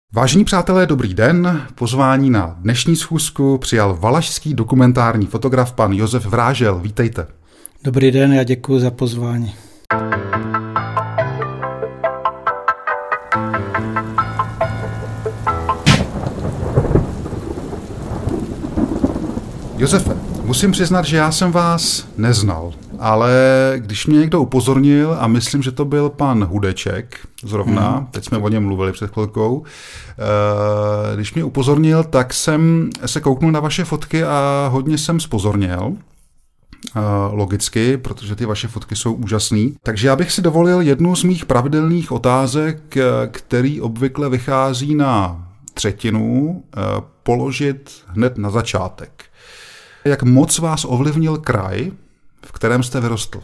Vážení přátelé, dobrý den. Pozvání na dnešní schůzku přijal valašský dokumentární fotograf pan Josef Vrážel. Vítejte. Dobrý den, já děkuji za pozvání. Josefe, musím přiznat, že já jsem vás neznal, ale když mě někdo upozornil, a myslím, že to byl pan Hudeček zrovna, teď jsme o něm mluvili před chvilkou, když mě upozornil, tak jsem se kouknul na vaše fotky a hodně jsem zpozorněl. Logicky, protože ty vaše fotky jsou úžasný. Takže já bych si dovolil jednu z mých pravidelných otázek, který obvykle vychází na třetinu, položit hned na začátek. Jak moc vás ovlivnil kraj, v kterém jste vyrostl?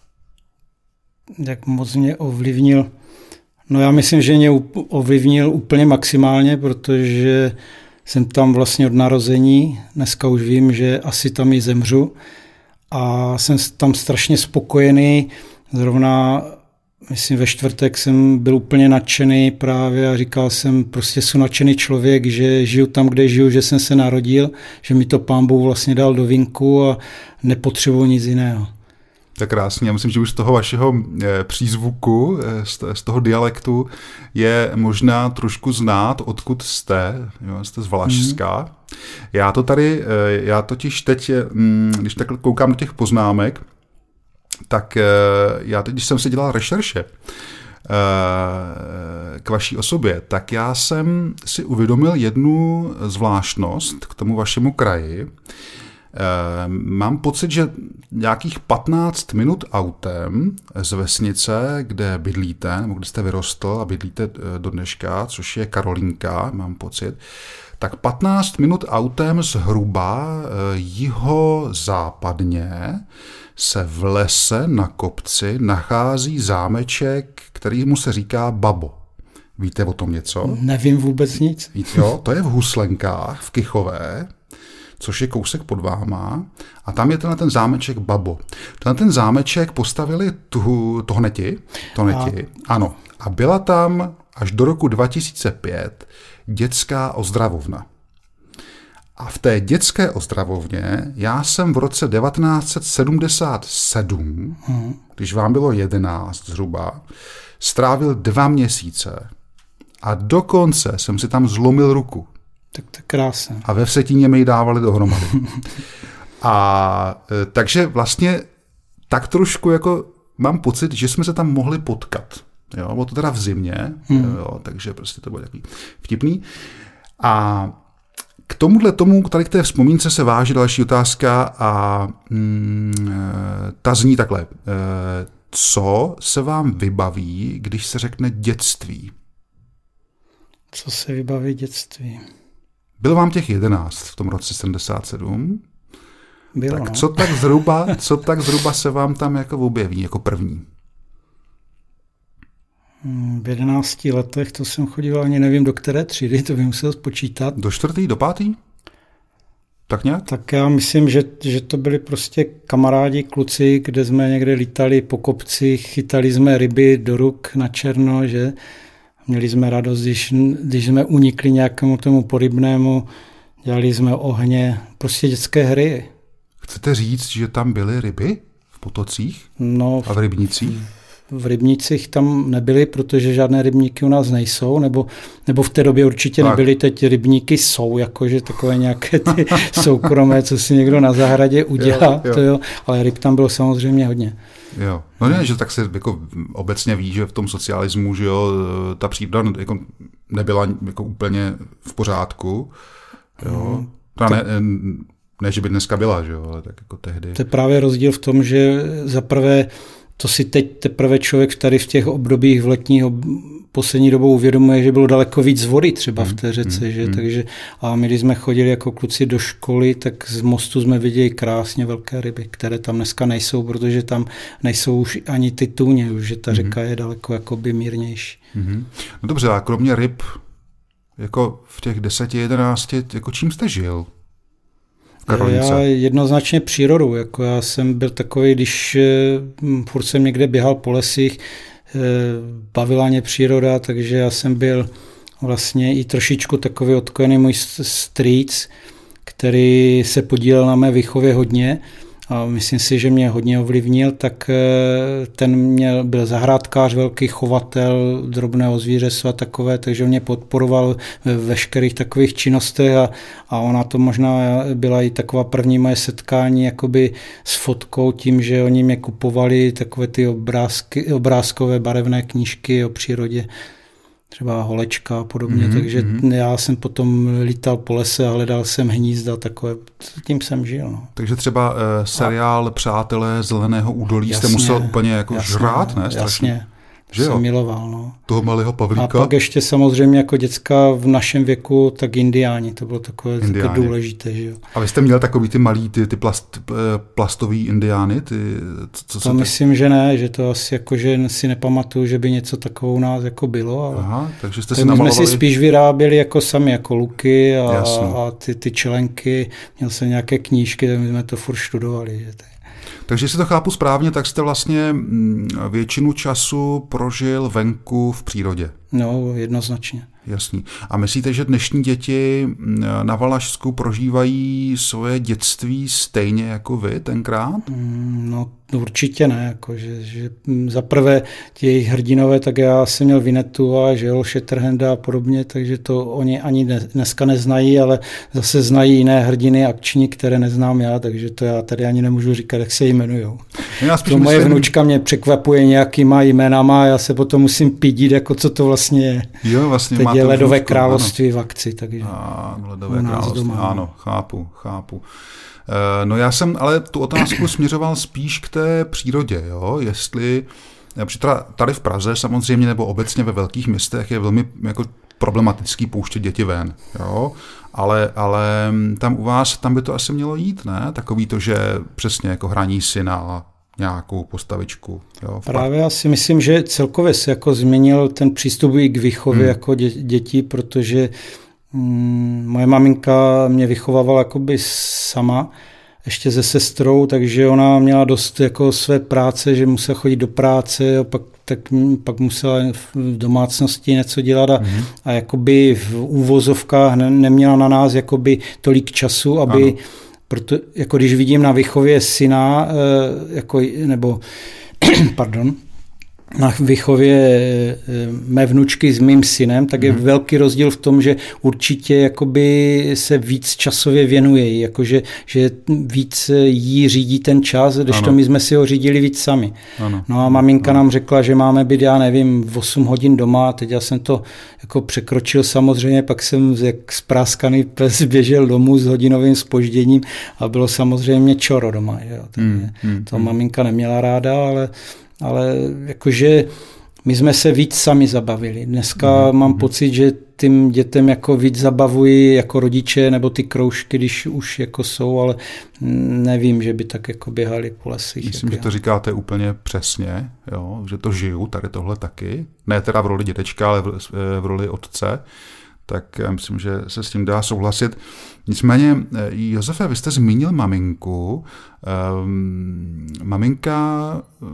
Jak moc mě ovlivnil? No já myslím, že mě ovlivnil úplně maximálně, protože jsem tam vlastně od narození. Dneska už vím, že asi tam i zemřu. A jsem tam strašně spokojený. Zrovna, myslím, ve čtvrtek jsem byl úplně nadšený právě a říkal jsem, prostě jsem nadšený člověk, že žiju tam, kde žiju, že jsem se narodil, že mi to Pán Bůh vlastně dal do vínku a nepotřebuji nic jiného. Tak krásně. Já myslím, že už z toho vašeho přízvuku, z toho dialektu je možná trošku znát, odkud jste. Jo, jste z Valašska. Já totiž teď, když tak koukám do těch poznámek, tak já teď, když jsem si dělal rešerše k vaší osobě, tak já jsem si uvědomil jednu zvláštnost k tomu vašemu kraji. Mám pocit, že nějakých 15 minut autem z vesnice, kde bydlíte, nebo kde jste vyrostl a bydlíte do dneška, což je Karolínka, mám pocit, tak 15 minut autem zhruba jihozápadně se v lese na kopci nachází zámeček, kterýmu se říká Babo. Víte o tom něco? Nevím vůbec nic. Jo, to je v Huslenkách, v Kychové, což je kousek pod váma, a tam je ten zámeček Babo. Ten zámeček postavili Tohneti, ano. A byla tam až do roku 2005 dětská ozdravovna. A v té dětské ozdravovně já jsem v roce 1977, když vám bylo 11 zhruba, strávil 2 měsíce. A dokonce jsem si tam zlomil ruku. Tak to je krásné. A ve Vsetíně mi ji dávali dohromady. A takže vlastně tak trošku jako mám pocit, že jsme se tam mohli potkat. Jo, bylo to teda v zimě, jo, takže prostě to bylo takový vtipný. A k tady k té vzpomínce se váží další otázka a ta zní takhle. Co se vám vybaví, když se řekne dětství? Co se vybaví dětství? Bylo vám těch 11 v tom roce 77? Bylo, tak no. co tak zhruba se vám tam jako objeví jako první? V 11 letech to jsem chodil, ani nevím do které třídy, to bych musel spočítat. Do 4., do 5.? Tak nějak? Tak já myslím, že to byli prostě kamarádi, kluci, kde jsme někde lítali po kopcích, chytali jsme ryby do ruk na černo, že měli jsme radost, když jsme unikli nějakému tomu porybnému, dělali jsme ohně, prostě dětské hry. Chcete říct, že tam byly ryby v potocích? No, a v rybnících? V rybnících tam nebyly, protože žádné rybníky u nás nejsou, nebo v té době určitě tak. Nebyly, teď rybníky jsou, jakože takové nějaké ty soukromé, co si někdo na zahradě udělá, jo. To jo, ale ryb tam bylo samozřejmě hodně. Jo, no ne, že tak se jako obecně ví, že v tom socialismu, že jo, ta příroda jako nebyla jako úplně v pořádku, jo, ne, že by dneska byla, že jo, ale tak jako tehdy. To je právě rozdíl v tom, že zaprvé to si teď teprve člověk tady v těch obdobích v letního poslední dobou uvědomuje, že bylo daleko víc vody třeba v té řece, že? Takže a my, když jsme chodili jako kluci do školy, tak z mostu jsme viděli krásně velké ryby, které tam dneska nejsou, protože tam nejsou už ani ty tůně, už že ta řeka je daleko jakoby mírnější. No dobře, a kromě ryb, jako v těch 10-11, jako čím jste žil? Já jednoznačně přírodou, jako já jsem byl takový, když furt jsem někde běhal po lesích, bavila mě příroda, takže já jsem byl vlastně i trošičku takový odkojený můj strýc, který se podílel na mé výchově hodně a myslím si, že mě hodně ovlivnil, tak ten byl zahrádkář, velký chovatel drobného zvířectva takové, takže mě podporoval ve veškerých takových činnostech a ona to možná byla i taková první moje setkání jakoby s fotkou tím, že oni mě kupovali takové ty obrázkové barevné knížky o přírodě, třeba Holečka a podobně, takže já jsem potom lítal po lese a hledal jsem hnízda, takové, tím jsem žil. No. Takže třeba seriál Přátelé zeleného údolí jste musel úplně jako žrát, ne? Strašně. Jasně, jsem miloval. No. Toho malého Pavlíka. A pak ještě samozřejmě jako děcka v našem věku, tak indiáni, to bylo takové důležité. Že jo. A vy jste měl takový ty malý, ty plastový indiány? To myslím, že ne, že to asi jako, že si nepamatuju, že by něco takového u nás jako bylo. Ale aha, takže jste si namalovali... jsme si spíš vyráběli jako sami, jako luky a ty čelenky, měl jsem nějaké knížky, tak my jsme to furt študovali. Že takže jestli to chápu správně, tak jste vlastně většinu času prožil venku v přírodě. No, jednoznačně. Jasný. A myslíte, že dnešní děti na Valašsku prožívají svoje dětství stejně jako vy tenkrát? No určitě ne. Jako, že za prvé ti jejich hrdinové, tak já jsem měl Vinetu a Joel Shatterhanda a podobně, takže to oni ani dneska neznají, ale zase znají jiné hrdiny akční, které neznám já, takže to já tady ani nemůžu říkat, jak se jmenujou. Moje vnučka mě překvapuje nějakýma jménama a já se potom musím pídit, jako co to vlastně je. Jo, vlastně teď je Ledové království v akci. Takže Ledové království, ano, chápu. No já jsem ale tu otázku směřoval spíš k té přírodě, jo? Jestli, tady v Praze samozřejmě nebo obecně ve velkých městech je velmi jako problematický pouštět děti ven, jo? Ale tam u vás, tam by to asi mělo jít, ne? Takový to, že přesně jako hraní si na nějakou postavičku. Jo? Právě já si myslím, že celkově se jako změnil ten přístup i k výchově jako dětí, protože moje maminka mě vychovávala jakoby sama, ještě se sestrou, takže ona měla dost jako své práce, že musela chodit do práce a pak musela v domácnosti něco dělat a jakoby v úvozovkách neměla na nás jakoby tolik času, aby proto, jako když vidím na výchově syna, na výchově mé vnučky s mým synem, tak je velký rozdíl v tom, že určitě jakoby se víc časově věnuje, jakože že víc jí řídí ten čas, kdežto my jsme si ho řídili víc sami. Ano. No a maminka nám řekla, že máme být, já nevím, 8 hodin doma, teď já jsem to jako překročil samozřejmě, pak jsem jak spráskaný pes běžel domů s hodinovým zpožděním a bylo samozřejmě čoro doma. Jo. To maminka neměla ráda, ale jakože my jsme se víc sami zabavili. Dneska mám pocit, že tím dětem jako víc zabavují jako rodiče nebo ty kroužky, když už jako jsou, ale nevím, že by tak jako běhali po lesích. Myslím, že to říkáte úplně přesně, jo? Že to žiju, tady tohle taky. Ne teda v roli dědečka, ale v roli otce. Tak já myslím, že se s tím dá souhlasit. Nicméně, Josefe, vy jste zmínil maminku. Maminka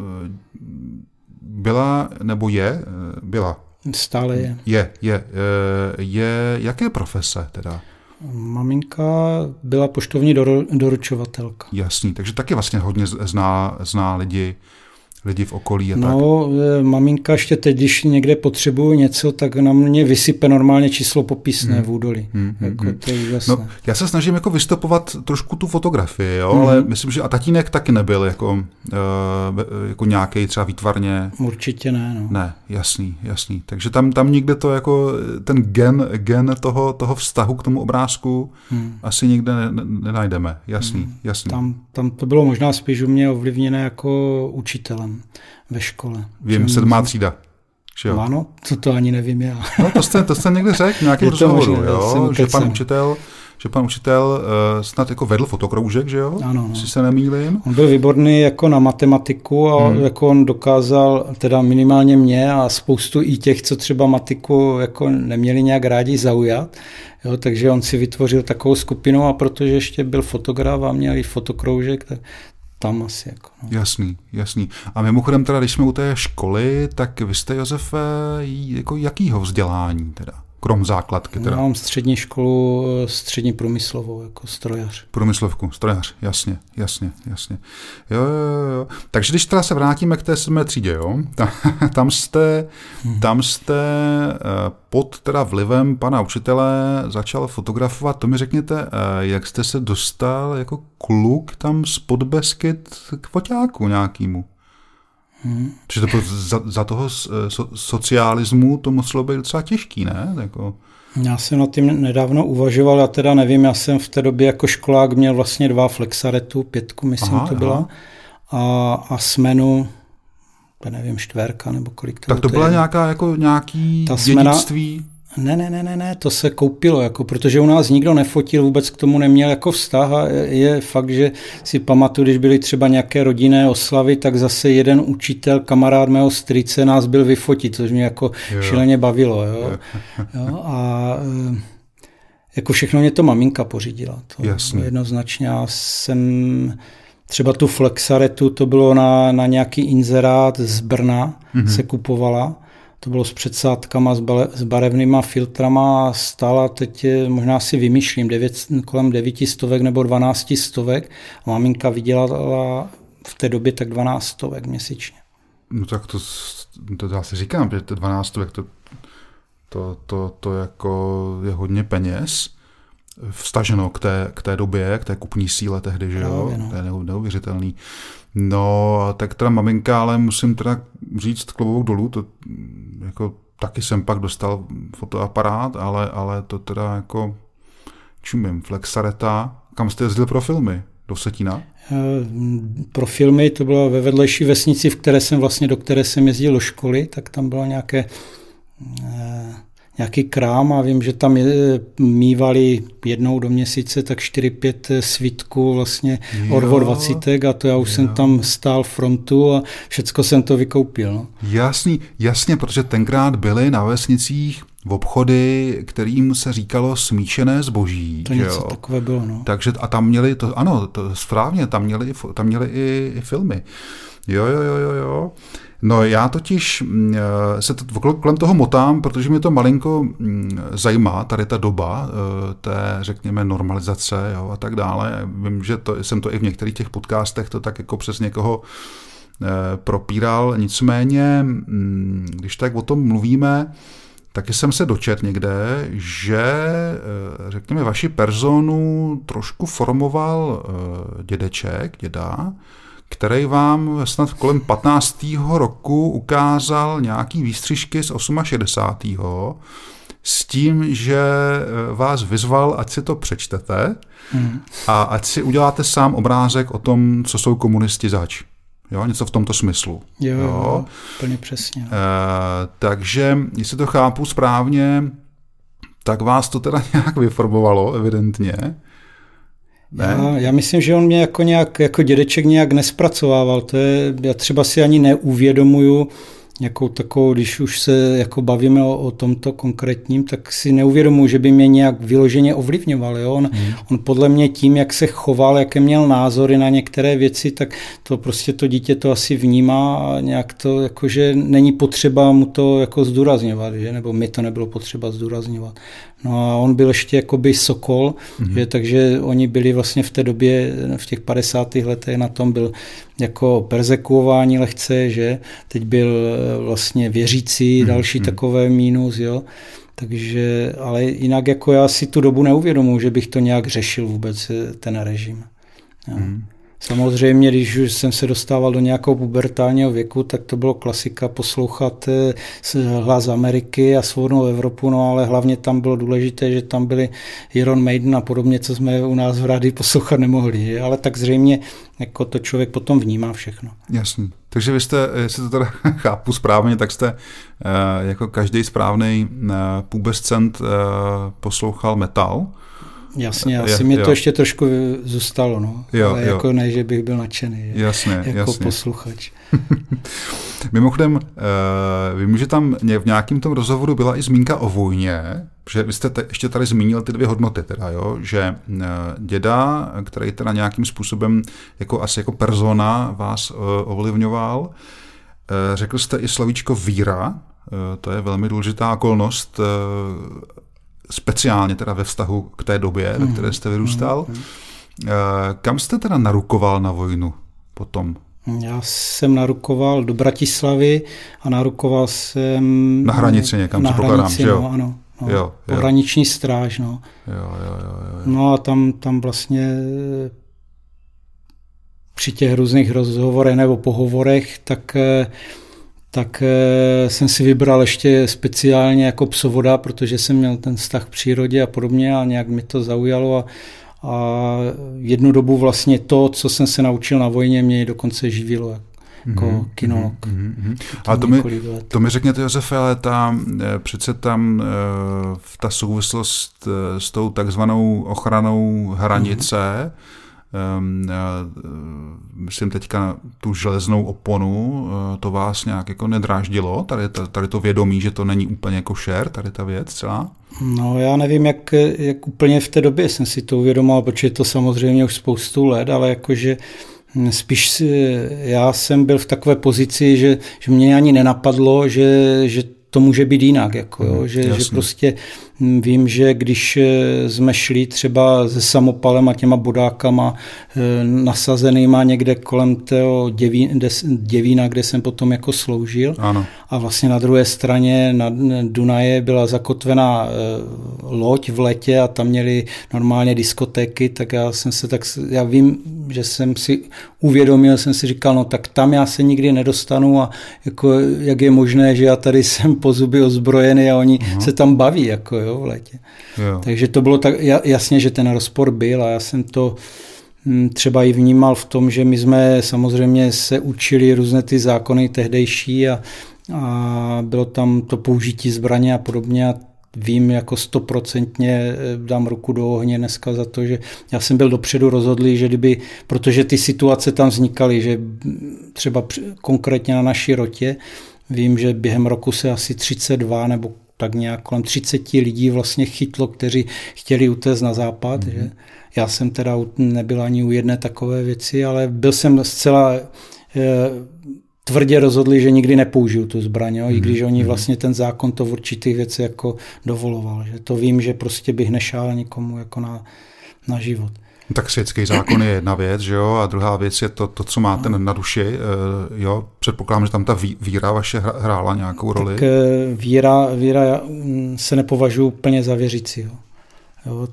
byla, nebo byla? Stále je. Je jaké profese teda? Maminka byla poštovní doručovatelka. Jasný, takže taky vlastně hodně zná lidi v okolí a tak. No, maminka ještě teď, když někde potřebuju něco, tak na mě vysype normálně číslo popisné v údolí. To je úžasné. No, já se snažím jako vystopovat trošku tu fotografii, jo, ale myslím, že a tatínek taky nebyl jako nějaký třeba výtvarně. Určitě ne, no. Ne, jasný. Takže tam nikde to jako ten gen toho vztahu k tomu obrázku asi nikde nenajdeme. Jasný. Tam to bylo možná spíš u mě ovlivněné jako učitelem ve škole. Vím, 7. třída. Jo? Ano, to ani nevím já. No, to jste někde řekl, nějaký rozhovoru, že pan učitel snad jako vedl fotokroužek, že jo? Ano. Si se nemýlím. On byl výborný jako na matematiku a jako on dokázal, teda minimálně mě a spoustu i těch, co třeba matiku jako neměli nějak rádi zaujat. Jo, takže on si vytvořil takovou skupinu a protože ještě byl fotograf a měl i fotokroužek, tak tam asi jako. No. Jasný. A mimochodem teda, když jsme u té školy, tak vy jste, Josefe, jako jakýho vzdělání teda? krom základky teda. Mám střední školu, střední průmyslovou, jako strojař. Průmyslovku, strojař, jasně. Jo. Takže když teda se vrátíme k té 7. třídě, jo, tam jste pod teda vlivem pana učitele začal fotografovat. To mi řekněte, jak jste se dostal jako kluk tam z Podbeskyt k foťáku nějakému? Protože to za toho socialismu to muselo být docela těžký, ne? Jako... Já jsem nad tím nedávno uvažoval, já teda nevím, já jsem v té době jako školák měl vlastně 2 Flexaretu, 5, myslím, to byla, a Smenu, nevím, 4 nebo kolik to. Tak to byla nějaký dědictví? Ne, to se koupilo, jako, protože u nás nikdo nefotil, vůbec k tomu neměl jako vztah a je fakt, že si pamatuju, když byly třeba nějaké rodinné oslavy, tak zase jeden učitel, kamarád mého strýce nás byl vyfotit, což mě jako šíleně bavilo. Jo. A jako všechno mě to maminka pořídila. To jednoznačně. Já jsem třeba tu Flexaretu, to bylo na nějaký inzerát z Brna, se kupovala. To bylo s předsádkama, s barevnýma filtrama a stála teď, možná si vymýšlím, kolem 900 nebo 1200 a maminka vydělala v té době tak 1200 měsíčně. No tak to já si říkám, že to 1200 to jako je hodně peněz vztaženo k té době, k té kupní síle tehdy, že jo? No. To je neuvěřitelný. No, tak teda maminka, ale musím teda říct klobouk dolů, to jako taky jsem pak dostal fotoaparát, ale to teda jako čumím, Flexareta. Kam jste jezdil pro filmy? Do Vsetína? Pro filmy to bylo ve vedlejší vesnici, do které jsem jezdil do školy, tak tam bylo nějaký krám a vím, že tam mívali jednou do měsíce tak 4-5 svítků vlastně Orvo 20 a to já už jsem tam stál frontu a všecko jsem to vykoupil. No. Jasně, protože tenkrát byly na vesnicích v obchody, kterým se říkalo smíšené zboží. To něco takové bylo, no. Takže a tam měli to, ano, to správně, tam měli i filmy. Jo. No já totiž se kolem toho motám, protože mě to malinko zajímá, tady ta doba té, řekněme, normalizace, jo, a tak dále. Vím, že jsem to i v některých těch podcastech to tak jako přes někoho propíral. Nicméně, když tak o tom mluvíme, taky jsem se dočetl někde, že, řekněme, vaši personu trošku formoval děda, který vám snad kolem 15. roku ukázal nějaký výstřižky z 68. s tím, že vás vyzval, ať si to přečtete a ať si uděláte sám obrázek o tom, co jsou komunisti zač. Jo, něco v tomto smyslu. Jo, plně přesně. Takže, jestli to chápu správně, tak vás to teda nějak vyformovalo, evidentně. Já myslím, že on mě jako dědeček nějak nespracovával. Já třeba si ani neuvědomuju, jakou takovou, když už se jako bavíme o tomto konkrétním, tak si neuvědomuji, že by mě nějak vyloženě ovlivňoval. Jo? On podle mě tím, jak se choval, jaké měl názory na některé věci, tak to prostě to dítě to asi vnímá a nějak to, jakože není potřeba mu to jako zdůrazňovat, že? Nebo mi to nebylo potřeba zdůrazňovat. No a on byl ještě jakoby sokol, že? Takže oni byli vlastně v té době, v těch 50. letech na tom byl jako perzekuování lehce, že? Teď byl vlastně věřící, další takové mínus, jo. Takže, ale jinak jako já si tu dobu neuvědomuji, že bych to nějak řešil vůbec ten režim. Jo. Samozřejmě, když už jsem se dostával do nějakého pubertálního věku, tak to bylo klasika poslouchat Hlas Ameriky a Svobodnou Evropu, no ale hlavně tam bylo důležité, že tam byli Iron Maiden a podobně, co jsme u nás v rádiu poslouchat nemohli. Ale tak zřejmě jako to člověk potom vnímá všechno. Jasně. Takže vy jste, jestli to teda chápu správně, tak jste jako každý správný pubescent poslouchal metal. Jasně, asi mě to ještě trošku zůstalo, no. Ale jako ne, že bych byl nadšený. Jasně. Posluchač. Mimochodem, vím, že tam v nějakém tom rozhovoru byla i zmínka o vojně, že vy jste ještě tady zmínil ty 2 hodnoty, teda, jo? Že děda, který teda nějakým způsobem asi jako persona vás ovlivňoval, řekl jste i slovíčko víra, To je velmi důležitá okolnost, speciálně teda ve vztahu k té době, ve které jste vyrůstal. Kam jste teda narukoval na vojnu potom? Já jsem narukoval do Bratislavy a narukoval jsem... Na hranici někam, předpokládám, že jo? No, ano. No, jo. Pohraniční stráž, no. Jo. No a tam vlastně při těch různých rozhovorech nebo pohovorech, tak jsem si vybral ještě speciálně jako psovoda, protože jsem měl ten vztah k přírodě a podobně a nějak mi to zaujalo a jednu dobu vlastně to, co jsem se naučil na vojně, mě dokonce živilo jako kinolog. Ale to mi řekněte, Josefe, ale přece tam ta souvislost s tou takzvanou ochranou hranice, myslím teďka tu železnou oponu, to vás nějak jako nedráždilo? Tady to vědomí, že to není úplně košer, tady ta věc celá? No já nevím, jak úplně v té době jsem si to uvědomoval, protože to samozřejmě už spoustu let, ale jakože spíš já jsem byl v takové pozici, že mě ani nenapadlo, že to může být jinak, jako, jo, že prostě vím, že když jsme šli třeba se samopalem a těma bodákama nasazenýma někde kolem toho Děvína, kde jsem potom jako sloužil, ano. A vlastně na druhé straně na Dunaje byla zakotvená loď v letě a tam měli normálně diskotéky, tak já vím, že jsem si uvědomil, jsem si říkal, no tak tam já se nikdy nedostanu a jako, jak je možné, že já tady jsem po zuby ozbrojený a oni se tam baví, jako jo, v létě. Jo. Takže to bylo tak jasně, že ten rozpor byl a já jsem to třeba i vnímal v tom, že my jsme samozřejmě se učili různé ty zákony tehdejší a bylo tam to použití zbraně a podobně a vím jako 100% dám ruku do ohně dneska za to, že já jsem byl dopředu rozhodlý, že protože ty situace tam vznikaly, že třeba konkrétně na naší rotě vím, že během roku se asi 32 nebo tak nějak kolem 30 lidí vlastně chytlo, kteří chtěli utéct na západ. Že? Já jsem teda nebyl ani u jedné takové věci, ale byl jsem zcela tvrdě rozhodli, že nikdy nepoužiju tu zbraň, i když oni vlastně ten zákon to v určitých věcech jako dovoloval. Že to vím, že prostě bych nešál nikomu jako na život. Tak světský zákon je jedna věc, že jo, a druhá věc je to co máte na duši, jo, předpokládám, že tam ta víra vaše hrála nějakou roli. Tak víra se nepovažuji úplně za věřícího. Jo,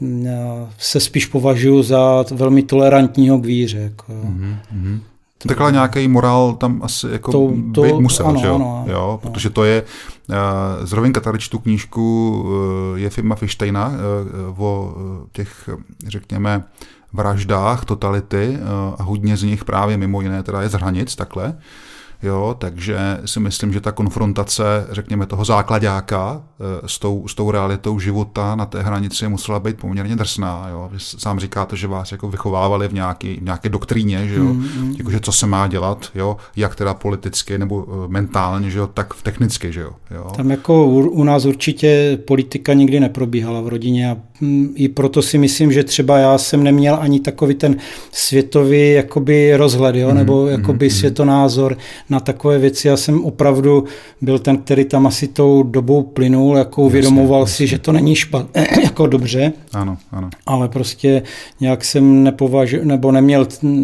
já se spíš považuji za velmi tolerantního k víře. Jako, jo. Takhle nějaký morál tam asi jako být musel, ano, že jo? Ano, jo, protože to je, zrovna tady čtu knížku Jefima Fištejna o těch, řekněme, vraždách, totality a hodně z nich právě mimo jiné teda je z hranic, takhle. Jo, takže si myslím, že ta konfrontace, řekněme, toho záklaďáka s tou realitou života na té hranici musela být poměrně drsná. Jo. Vy sám říkáte, že vás jako vychovávali v nějaké doktríně, že jo, jakože co se má dělat, jo, jak teda politicky nebo mentálně, že jo, tak technicky, že jo. Tam jako u nás určitě politika nikdy neprobíhala v rodině a i proto si myslím, že třeba já jsem neměl ani takový ten světový jakoby rozhled, jo, nebo jakoby světonázor na takové věci. Já jsem opravdu byl ten, který tam asi tou dobou plynul, jako uvědomoval si, že to není jako dobře. Ano. Ale prostě nějak jsem nebo neměl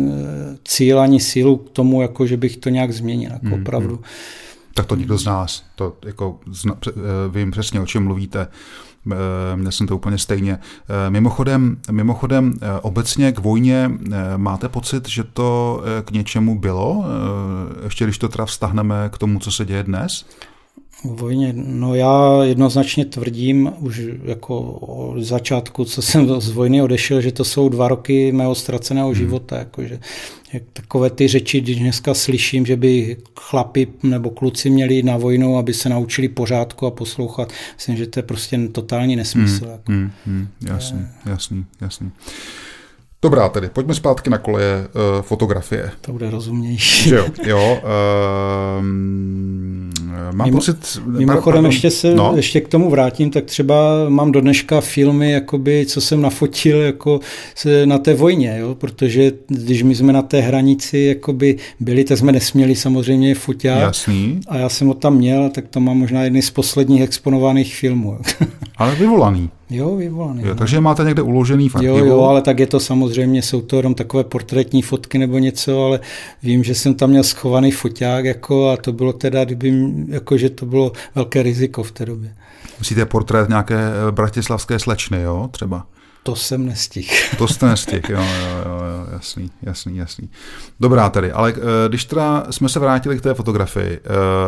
cíl ani sílu k tomu, jako že bych to nějak změnil, jako opravdu. Tak to nikdo z nás, to jako vím přesně, o čem mluvíte. Měl jsem to úplně stejně. Mimochodem, obecně k vojně máte pocit, že to k něčemu bylo? Ještě když to teda vztahneme k tomu, co se děje dnes? V vojně, no já jednoznačně tvrdím už jako od začátku, co jsem z vojny odešel, že to jsou 2 roky mého ztraceného života. Jakože, takové ty řeči, když dneska slyším, že by chlapi nebo kluci měli jít na vojnu, aby se naučili pořádku a poslouchat, myslím, že to je prostě totální nesmysl. Jasný. Dobrá, tedy pojďme zpátky na koleje fotografie. To bude rozumnější. Jo. Mám pocit... Mimochodem, ještě k tomu vrátím, tak třeba mám do dneška filmy, jakoby, co jsem nafotil jako na té vojně, jo? Protože když my jsme na té hranici jakoby byli, tak jsme nesměli samozřejmě foťák. Jasný. A já jsem ho tam měl, tak to mám možná jedny z posledních exponovaných filmů. Ale vyvolaný. Jo, vyvolaný. Jo, takže máte někde uložený v archivu. Jo, ale tak je to samozřejmě, jsou to jenom takové portrétní fotky nebo něco, ale vím, že jsem tam měl schovaný foťák jako, a to bylo teda, že to bylo velké riziko v té době. Myslíte portrét nějaké bratislavské slečny, jo, třeba? To jsem nestihl. To jste nestihl, jo, jasný. Dobrá tedy, ale když teda jsme se vrátili k té fotografii,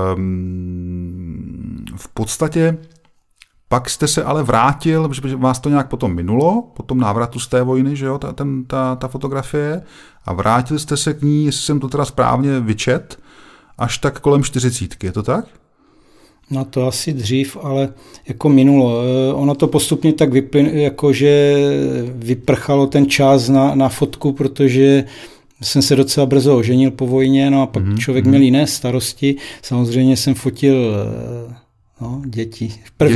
v podstatě pak jste se ale vrátil, protože vás to nějak potom minulo, po tom návratu z té vojny, že jo, ta fotografie, a vrátili jste se k ní, jestli jsem to teda správně vyčet, až tak kolem 40, je to tak? No to asi dřív, ale jako minulo. Ono to postupně tak jakože vyprchalo ten čas na fotku, protože jsem se docela brzo oženil po vojně, no a pak člověk měl jiné starosti. Samozřejmě jsem fotil děti.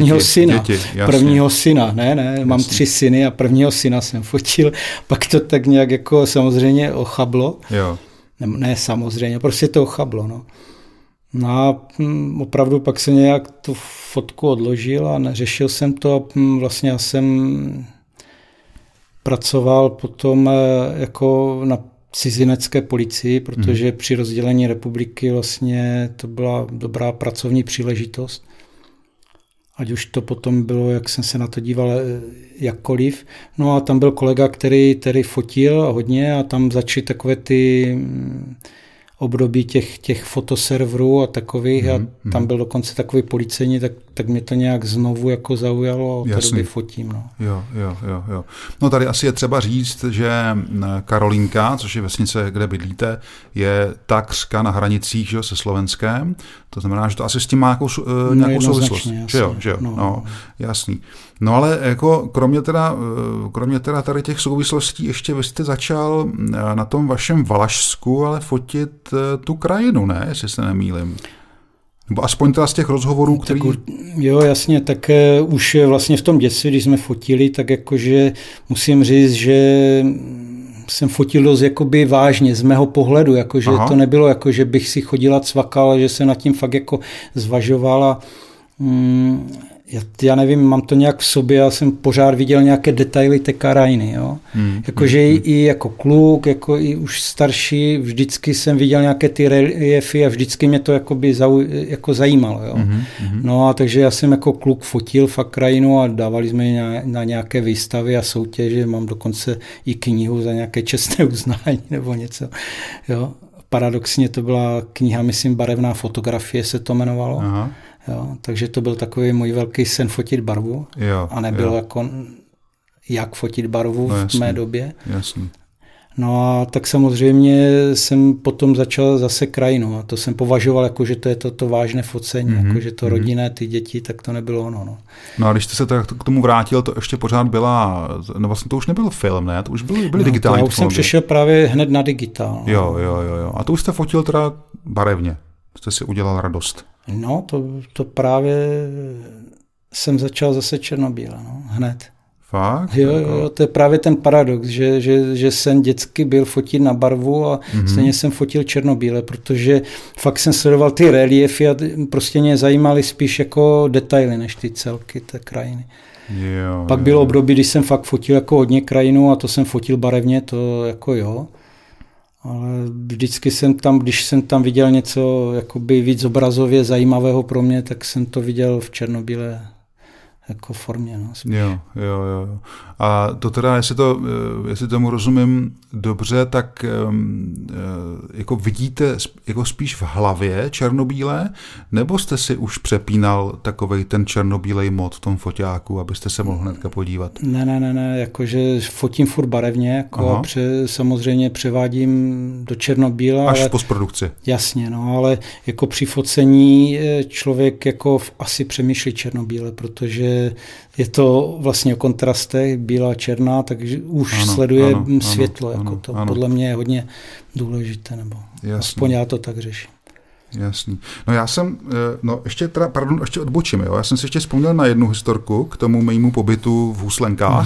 Prvního syna. Ne, mám 3 syny a prvního syna jsem fotil. Pak to tak nějak jako samozřejmě ochablo. Jo. Ne samozřejmě, prostě to ochablo, no. No a opravdu pak se nějak tu fotku odložil a neřešil jsem to a vlastně já jsem pracoval potom jako na cizinecké policii, protože při rozdělení republiky vlastně to byla dobrá pracovní příležitost. Ať už to potom bylo, jak jsem se na to díval, jakkoliv. No a tam byl kolega, který fotil hodně a tam začaly takové ty období těch fotoserverů a takových a tam byl dokonce takový policejní, tak mě to nějak znovu jako zaujalo a od té doby fotím. No. Jo. No tady asi je třeba říct, že Karolínka, což je vesnice, kde bydlíte, je takřka na hranicích, že, se Slovenskem. To znamená, že to asi s tím má nějakou souvislost. Že jo? No, jasný. No ale jako kromě teda tady těch souvislostí ještě vy jste začal na tom vašem Valašsku ale fotit tu krajinu, ne? Jestli se nemýlim. Nebo aspoň teda z těch rozhovorů, který... Jo, jasně, tak už vlastně v tom dětství, když jsme fotili, tak jakože musím říct, že jsem fotil dost jakoby vážně z mého pohledu, jakože to nebylo jako, že bych si chodila cvakal, ale že jsem nad tím fakt jako zvažoval a já nevím, mám to nějak v sobě, já jsem pořád viděl nějaké detaily té krajiny, jo. Jakože i jako kluk, jako i už starší, vždycky jsem viděl nějaké ty reliefy a vždycky mě to jakoby jako zajímalo, jo. No a takže já jsem jako kluk fotil fakt krajinu a dávali jsme na nějaké výstavy a soutěže, mám dokonce i knihu za nějaké čestné uznání nebo něco, jo. Paradoxně to byla kniha, myslím, Barevná fotografie se to jmenovalo. Aha. Jo, takže to byl takový můj velký sen fotit barvu a nebylo jako jak fotit barvu v mé době. Jasný. No a tak samozřejmě jsem potom začal zase krajinu a to jsem považoval jako, že to je to vážné focení, jako, že to rodinné, ty děti, tak to nebylo ono. No a když jste se k tomu vrátil, to ještě pořád byla, no vlastně to už nebyl film, ne? To už byly digitální. Já už jsem přešel právě hned na digitál. Jo. A to už jste fotil teda barevně. Jste si udělal radost. No, to právě jsem začal zase černobíle, no, hned. Fakt? Jo, to je právě ten paradox, že jsem dětsky byl fotit na barvu a stejně jsem fotil černobíle, protože fakt jsem sledoval ty reliefy a prostě mě zajímaly spíš jako detaily, než ty celky té krajiny. Pak bylo období, když jsem fakt fotil jako hodně krajinu a to jsem fotil barevně, to jako jo. Ale vždycky jsem tam, když jsem tam viděl něco jakoby víc obrazově zajímavého pro mě, tak jsem to viděl v černobílé jako formě. No, jo. A to teda, jestli tomu rozumím dobře, tak jako vidíte jako spíš v hlavě černobílé, nebo jste si už přepínal takovej ten černobílej mod v tom foťáku, abyste se mohl hnedka podívat? Ne, jakože fotím furt barevně, jako a samozřejmě převádím do černobíla. Až v postprodukci. Jasně, no, ale jako při focení člověk jako asi přemýšlí černobíle, protože je to vlastně o kontrastech, bílá, černá, takže už sleduje světlo. To podle mě je hodně důležité, nebo aspoň já to tak řeším. Jasný. No já jsem, ještě odbočím, jo. Já jsem si ještě vzpomněl na jednu historku k tomu mému pobytu v Hůslenkách.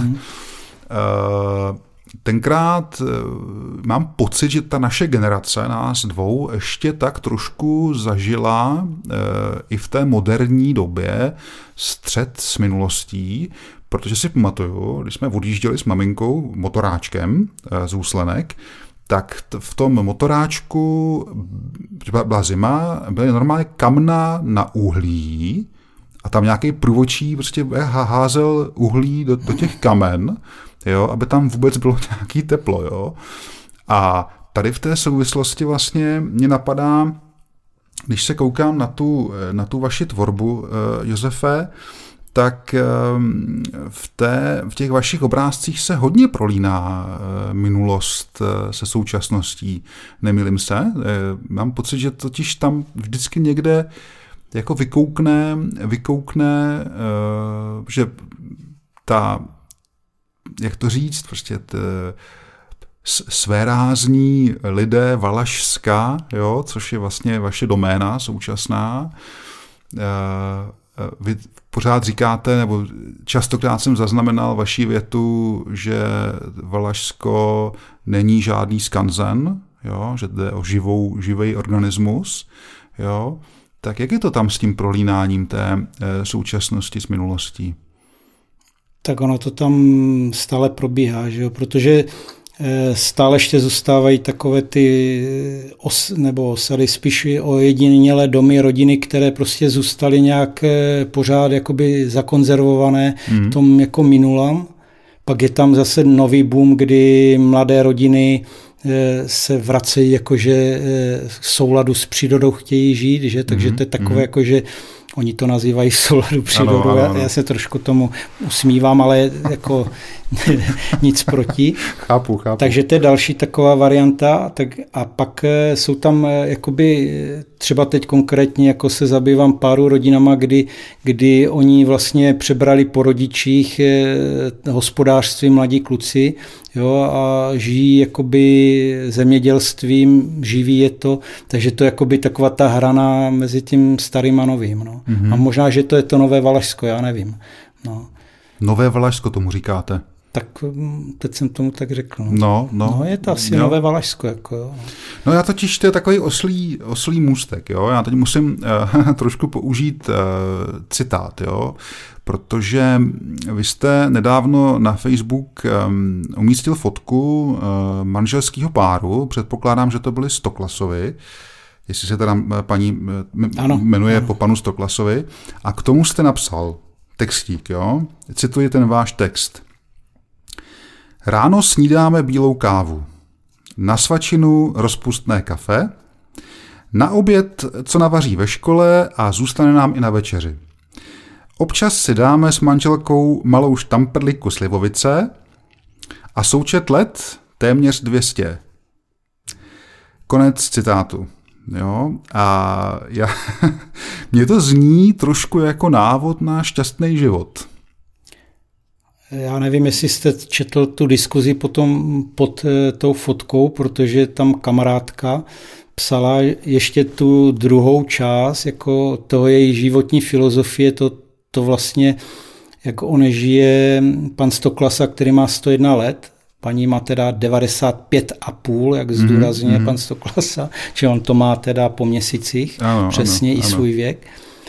Tenkrát mám pocit, že ta naše generace, nás dvou, ještě tak trošku zažila i v té moderní době střet s minulostí, protože si pamatuju, když jsme odjížděli s maminkou motoráčkem z Hůslenek, tak v tom motoráčku, byla zima, byly normálně kamna na uhlí a tam nějaký průvodčí prostě házel uhlí do těch kamen, jo, aby tam vůbec bylo nějaký teplo. Jo. A tady v té souvislosti vlastně mě napadá, když se koukám na tu vaši tvorbu, Josefe, tak v těch vašich obrázcích se hodně prolíná minulost se současností. Nemýlím se? Mám pocit, že totiž tam vždycky někde jako vykoukne, že ta, jak to říct, prostě svérázní lidé Valašska, jo, což je vlastně vaše doména současná. Vy pořád říkáte, nebo častokrát jsem zaznamenal vaši větu, že Valašsko není žádný skanzen, jo, že jde o živý organismus. Jo. Tak jak je to tam s tím prolínáním té současnosti s minulostí? Tak ono to tam stále probíhá, že jo? Protože stále ještě zůstávají takové ty osady, spíš ojedinělé domy, rodiny, které prostě zůstaly nějak pořád jakoby zakonzervované v tom jako minulém. Pak je tam zase nový boom, kdy mladé rodiny se vracejí jakože v souladu s přírodou chtějí žít, že? Takže to je takové jakože oni to nazývají v souladu přírodu. Ano. Já se trošku tomu usmívám, ale jako nic proti. Chápu. Takže to je další taková varianta. A pak jsou tam jakoby, třeba teď konkrétně, jako se zabývám páru rodinama, kdy oni vlastně přebrali po rodičích hospodářství mladí kluci, jo, a žijí jakoby zemědělstvím, živí je to, takže to je jakoby taková ta hrana mezi tím starým a novým. No. A možná, že to je to Nové Valašsko, já nevím. No. Nové Valašsko tomu říkáte? Tak teď jsem tomu tak řekl. No, je to asi Nové Valašsko. Jako, jo. No já totiž, to je takový oslý můstek. Jo? Já teď musím trošku použít citát, jo? Protože vy jste nedávno na Facebook umístil fotku manželského páru, předpokládám, že to byli Stoklasovi, jestli se teda paní jmenuje po panu Stoklasovi, a k tomu jste napsal textík, jo? Cituji ten váš text. Ráno snídáme bílou kávu, na svačinu rozpustné kafe, na oběd, co navaří ve škole a zůstane nám i na večeři. Občas si dáme s manželkou malou štamprliku slivovice a součet let téměř 200. Konec citátu. Jo? A mně to zní trošku jako návod na šťastný život. Já nevím, jestli jste četl tu diskuzi potom pod tou fotkou, protože tam kamarádka psala ještě tu druhou část, jako toho její životní filozofie, to vlastně, jako on žije, pan Stoklasa, který má 101 let, paní má teda 95,5, jak zdůrazňuje pan Stoklasa, že on to má teda po měsících, přesně i svůj věk.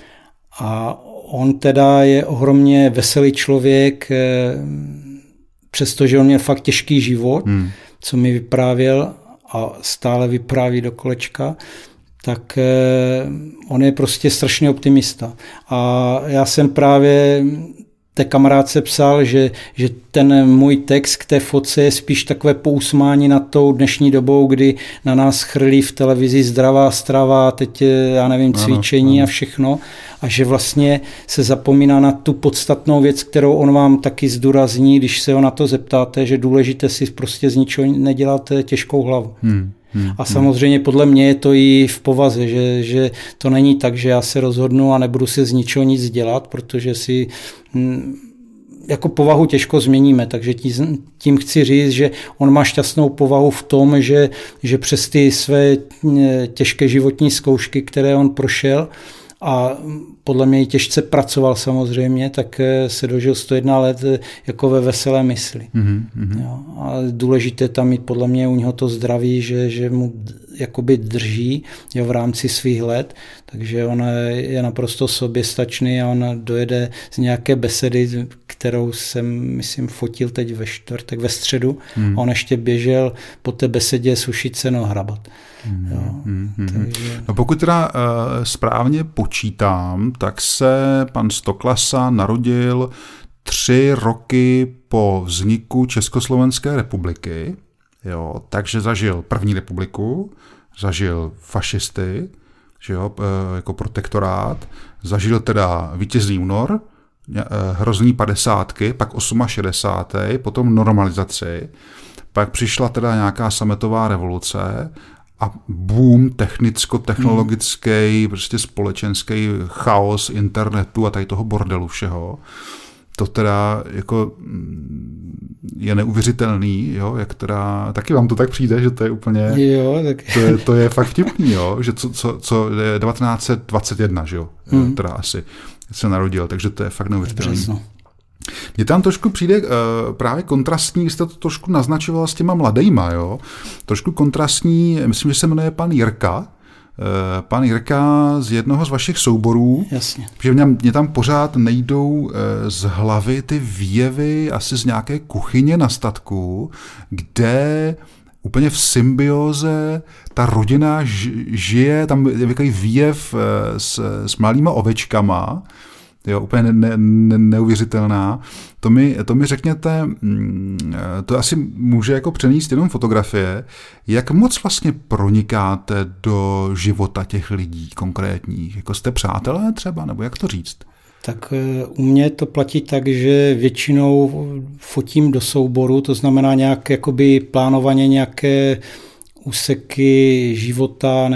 A on teda je ohromně veselý člověk, přestože on měl fakt těžký život, co mi vyprávěl a stále vypráví do kolečka, tak on je prostě strašně optimista. A já jsem právě té kamarádce psal, že ten můj text k té fotce je spíš takové pousmání nad tou dnešní dobou, kdy na nás chrlí v televizi zdravá strava, teď já nevím, cvičení a všechno. A že vlastně se zapomíná na tu podstatnou věc, kterou on vám taky zdůrazní, když se ho na to zeptáte, že důležité si prostě z ničeho nedělat těžkou hlavu. A samozřejmě podle mě je to i v povaze, že to není tak, že já se rozhodnu a nebudu si z ničeho nic dělat, protože si jako povahu těžko změníme, takže tím chci říct, že on má šťastnou povahu v tom, že přes ty své těžké životní zkoušky, které on prošel, a podle mě i těžce pracoval samozřejmě, tak se dožil 101 let jako ve veselé mysli. Jo. A důležité tam mít podle mě u něho to zdraví, že mu jakoby drží v rámci svých let, takže on je naprosto soběstačný a on dojede z nějaké besedy, kterou jsem, myslím, fotil teď ve čtvrtek, ve středu, a on ještě běžel po té besedě sušit seno, hrabat. Takže... No pokud teda správně počítám, tak se pan Stoklasa narodil 3 roky po vzniku Československé republiky, jo, takže zažil první republiku, zažil fašisty, že jo, jako protektorát, zažil teda vítězný únor, hrozný 50, pak 68, potom normalizaci, pak přišla teda nějaká sametová revoluce a boom technicko-technologický, prostě společenský chaos internetu a tady toho bordelu všeho. To teda jako je neuvěřitelný, jo, jak teda, taky vám to tak přijde, že to je úplně, jo, tak... to je fakt vtipný, jo, že co je 1921, že jo, teda asi se narodil, takže to je fakt neuvěřitelný. Mně tam trošku přijde právě kontrastní, když jste to trošku naznačoval s těma mladejma, jo? Trošku kontrastní, myslím, že se jmenuje pan Jirka. Pan Jirka z jednoho z vašich souborů. Jasně. Že mě tam pořád nejdou z hlavy ty výjevy asi z nějaké kuchyně na statku, kde úplně v symbioze ta rodina žije, tam je takový výjev s malýma ovečkama, jo, úplně neuvěřitelná. To mi řekněte, to asi může jako přenést jenom fotografie, jak moc vlastně pronikáte do života těch lidí konkrétních? Jako jste přátelé třeba, nebo jak to říct? Tak u mě to platí tak, že většinou fotím do souboru, to znamená nějak jakoby plánovaně nějaké úseky života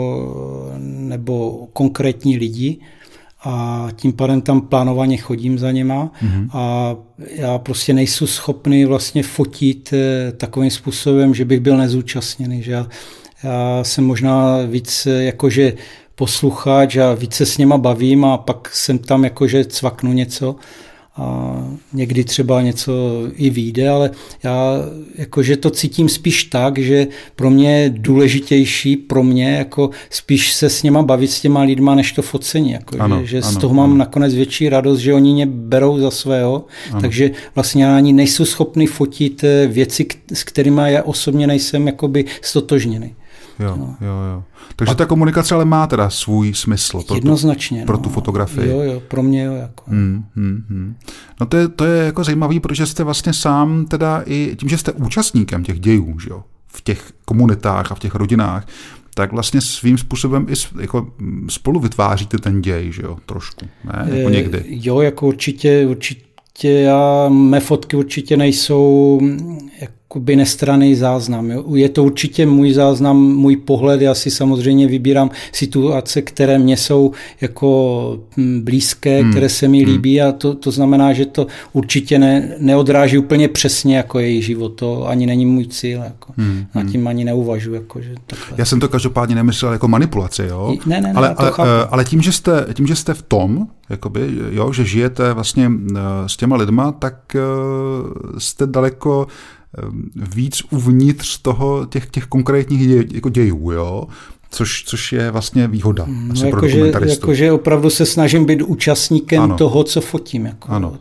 nebo konkrétní lidi, a tím pádem tam plánovaně chodím za něma a já prostě nejsem schopný vlastně fotit takovým způsobem, že bych byl nezúčastněný. Že já jsem možná víc jakože posluchač a víc se s něma bavím a pak jsem tam jakože cvaknu něco a někdy třeba něco i vyjde, ale já jakože to cítím spíš tak, že pro mě je důležitější jako spíš se s něma bavit s těma lidma, než to focení. Jako, že z toho mám nakonec větší radost, že oni mě berou za svého, takže vlastně já ani nejsou schopný fotit věci, s kterými já osobně nejsem jakoby stotožněný. Jo. Takže ta komunikace ale má teda svůj smysl pro tu fotografii. Jo, pro mě jo. Jako. No to je jako zajímavý, protože jste vlastně sám teda i tím, že jste účastníkem těch dějů, že jo, v těch komunitách a v těch rodinách, tak vlastně svým způsobem i jako spolu vytváříte ten děj, že jo, trošku, ne? Jako někdy. Jo, jako určitě mé fotky určitě nejsou jakoby nestranný záznam. Jo. Je to určitě můj záznam, můj pohled, já si samozřejmě vybírám situace, které mě jsou jako blízké, které se mi líbí a to znamená, že to určitě neodráží úplně přesně jako její život, to ani není můj cíl, jako. Nad tím ani neuvažuji. Jako, já jsem to každopádně nemyslel jako manipulaci, jo? Ne, ale tím, že jste v tom, jakoby, jo, že žijete vlastně s těma lidma, tak jste daleko víc uvnitř toho těch konkrétních dějů, jo? Což je vlastně výhoda. Jakože opravdu se snažím být účastníkem toho, co fotím. Jako, ano.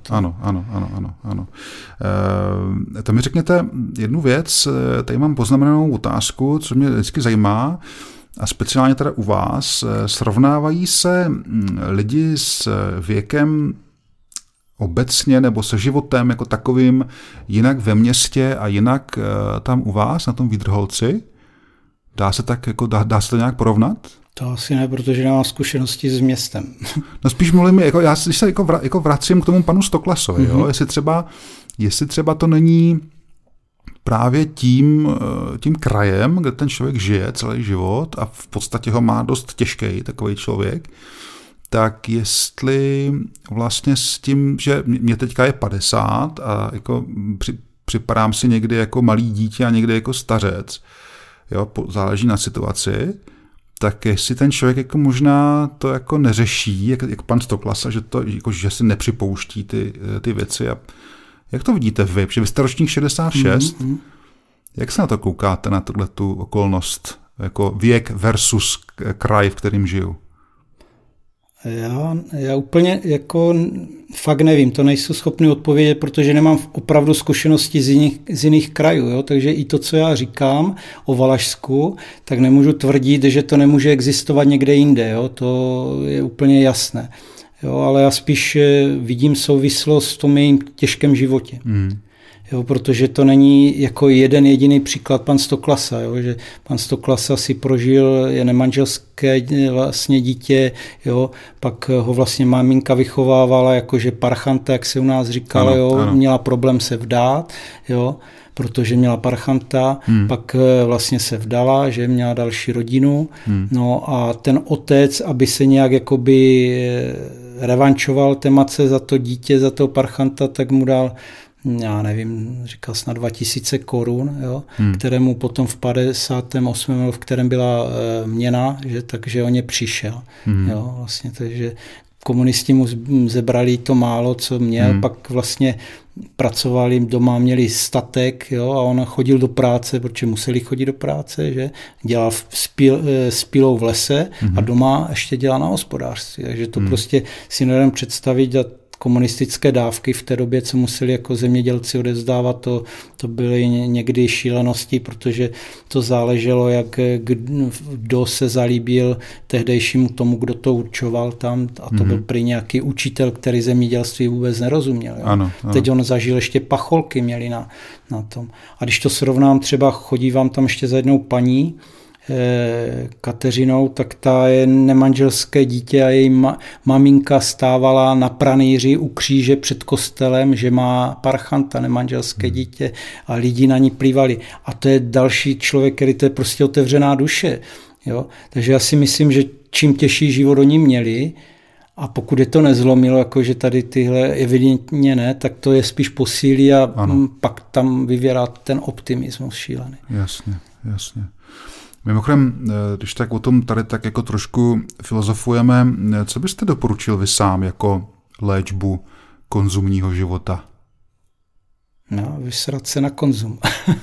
To mi řekněte jednu věc, tady mám poznamenanou otázku, co mě vždycky zajímá, a speciálně teda u vás, srovnávají se lidi s věkem obecně nebo se životem jako takovým jinak ve městě a jinak tam u vás na tom Vídrholci? Dá se to nějak porovnat? To asi ne, protože nemám zkušenosti s městem. No spíš mluvím, já se jako vracím k tomu panu Stoklasovi, jo? Jestli třeba to není právě tím krajem, kde ten člověk žije celý život a v podstatě ho má dost těžký takový člověk, tak jestli vlastně s tím, že mě teďka je 50 a jako připadám si někdy jako malý dítě a někdy jako stařec, jo, záleží na situaci, tak jestli ten člověk jako možná to jako neřeší, jak pan Stoklasa, že si nepřipouští ty věci. A jak to vidíte vy? Protože vy jste ročník 66. Jak se na to koukáte, na tu okolnost? Jako věk versus kraj, v kterým žiju? Já úplně jako fakt nevím, to nejsou schopný odpovědět, protože nemám opravdu zkušenosti z jiných krajů, jo? Takže i to, co já říkám o Valašsku, tak nemůžu tvrdit, že to nemůže existovat někde jinde, jo? To je úplně jasné. Jo? Ale já spíš vidím souvislost v tom jejím těžkém životě. Jo, protože to není jako jeden jediný příklad pan Stoklasa, jo, že pan Stoklasa si prožil, je nemanželské vlastně dítě, jo, pak ho vlastně maminka vychovávala jakože parchanta, jak se u nás říkalo, ano, jo, ano. Měla problém se vdát, jo, protože měla parchanta, pak vlastně se vdala, že měla další rodinu, no a ten otec, aby se nějak jakoby revančoval té matce za to dítě, za toho parchanta, tak mu dal, já nevím, říkal snad 2000 korun, jo, kterému potom v 58. v kterém byla měna, že, takže o ně přišel. Jo, vlastně, takže komunisti mu zebrali to málo, co měl, pak vlastně pracovali doma, měli statek, jo, a on chodil do práce, protože museli chodit do práce, že dělal s pilou v lese a doma ještě dělal na hospodářství, takže to prostě si nedám představit a komunistické dávky v té době, co museli jako zemědělci odevzdávat, to byly někdy šílenosti, protože to záleželo, jak kdo se zalíbil tehdejšímu tomu, kdo to určoval tam, a to byl prý nějaký učitel, který zemědělství vůbec nerozuměl. Ano. Teď on zažil ještě pacholky měli na tom. A když to srovnám, třeba chodívám tam ještě za jednou paní, Kateřinou, tak ta je nemanželské dítě a její maminka stávala na pranýři u kříže před kostelem, že má parchanta, nemanželské dítě, a lidi na ní plývali. A to je další člověk, který to je prostě otevřená duše. Jo? Takže já si myslím, že čím těžší život oni měli, a pokud je to nezlomilo, jakože tady tyhle evidentně ne, tak to je spíš posílí a pak tam vyvěrá ten optimismus šílený. Jasně. Mimochodem, když tak o tom tady tak jako trošku filozofujeme, co byste doporučil vy sám jako léčbu konzumního života? No, vysrat se na konzum.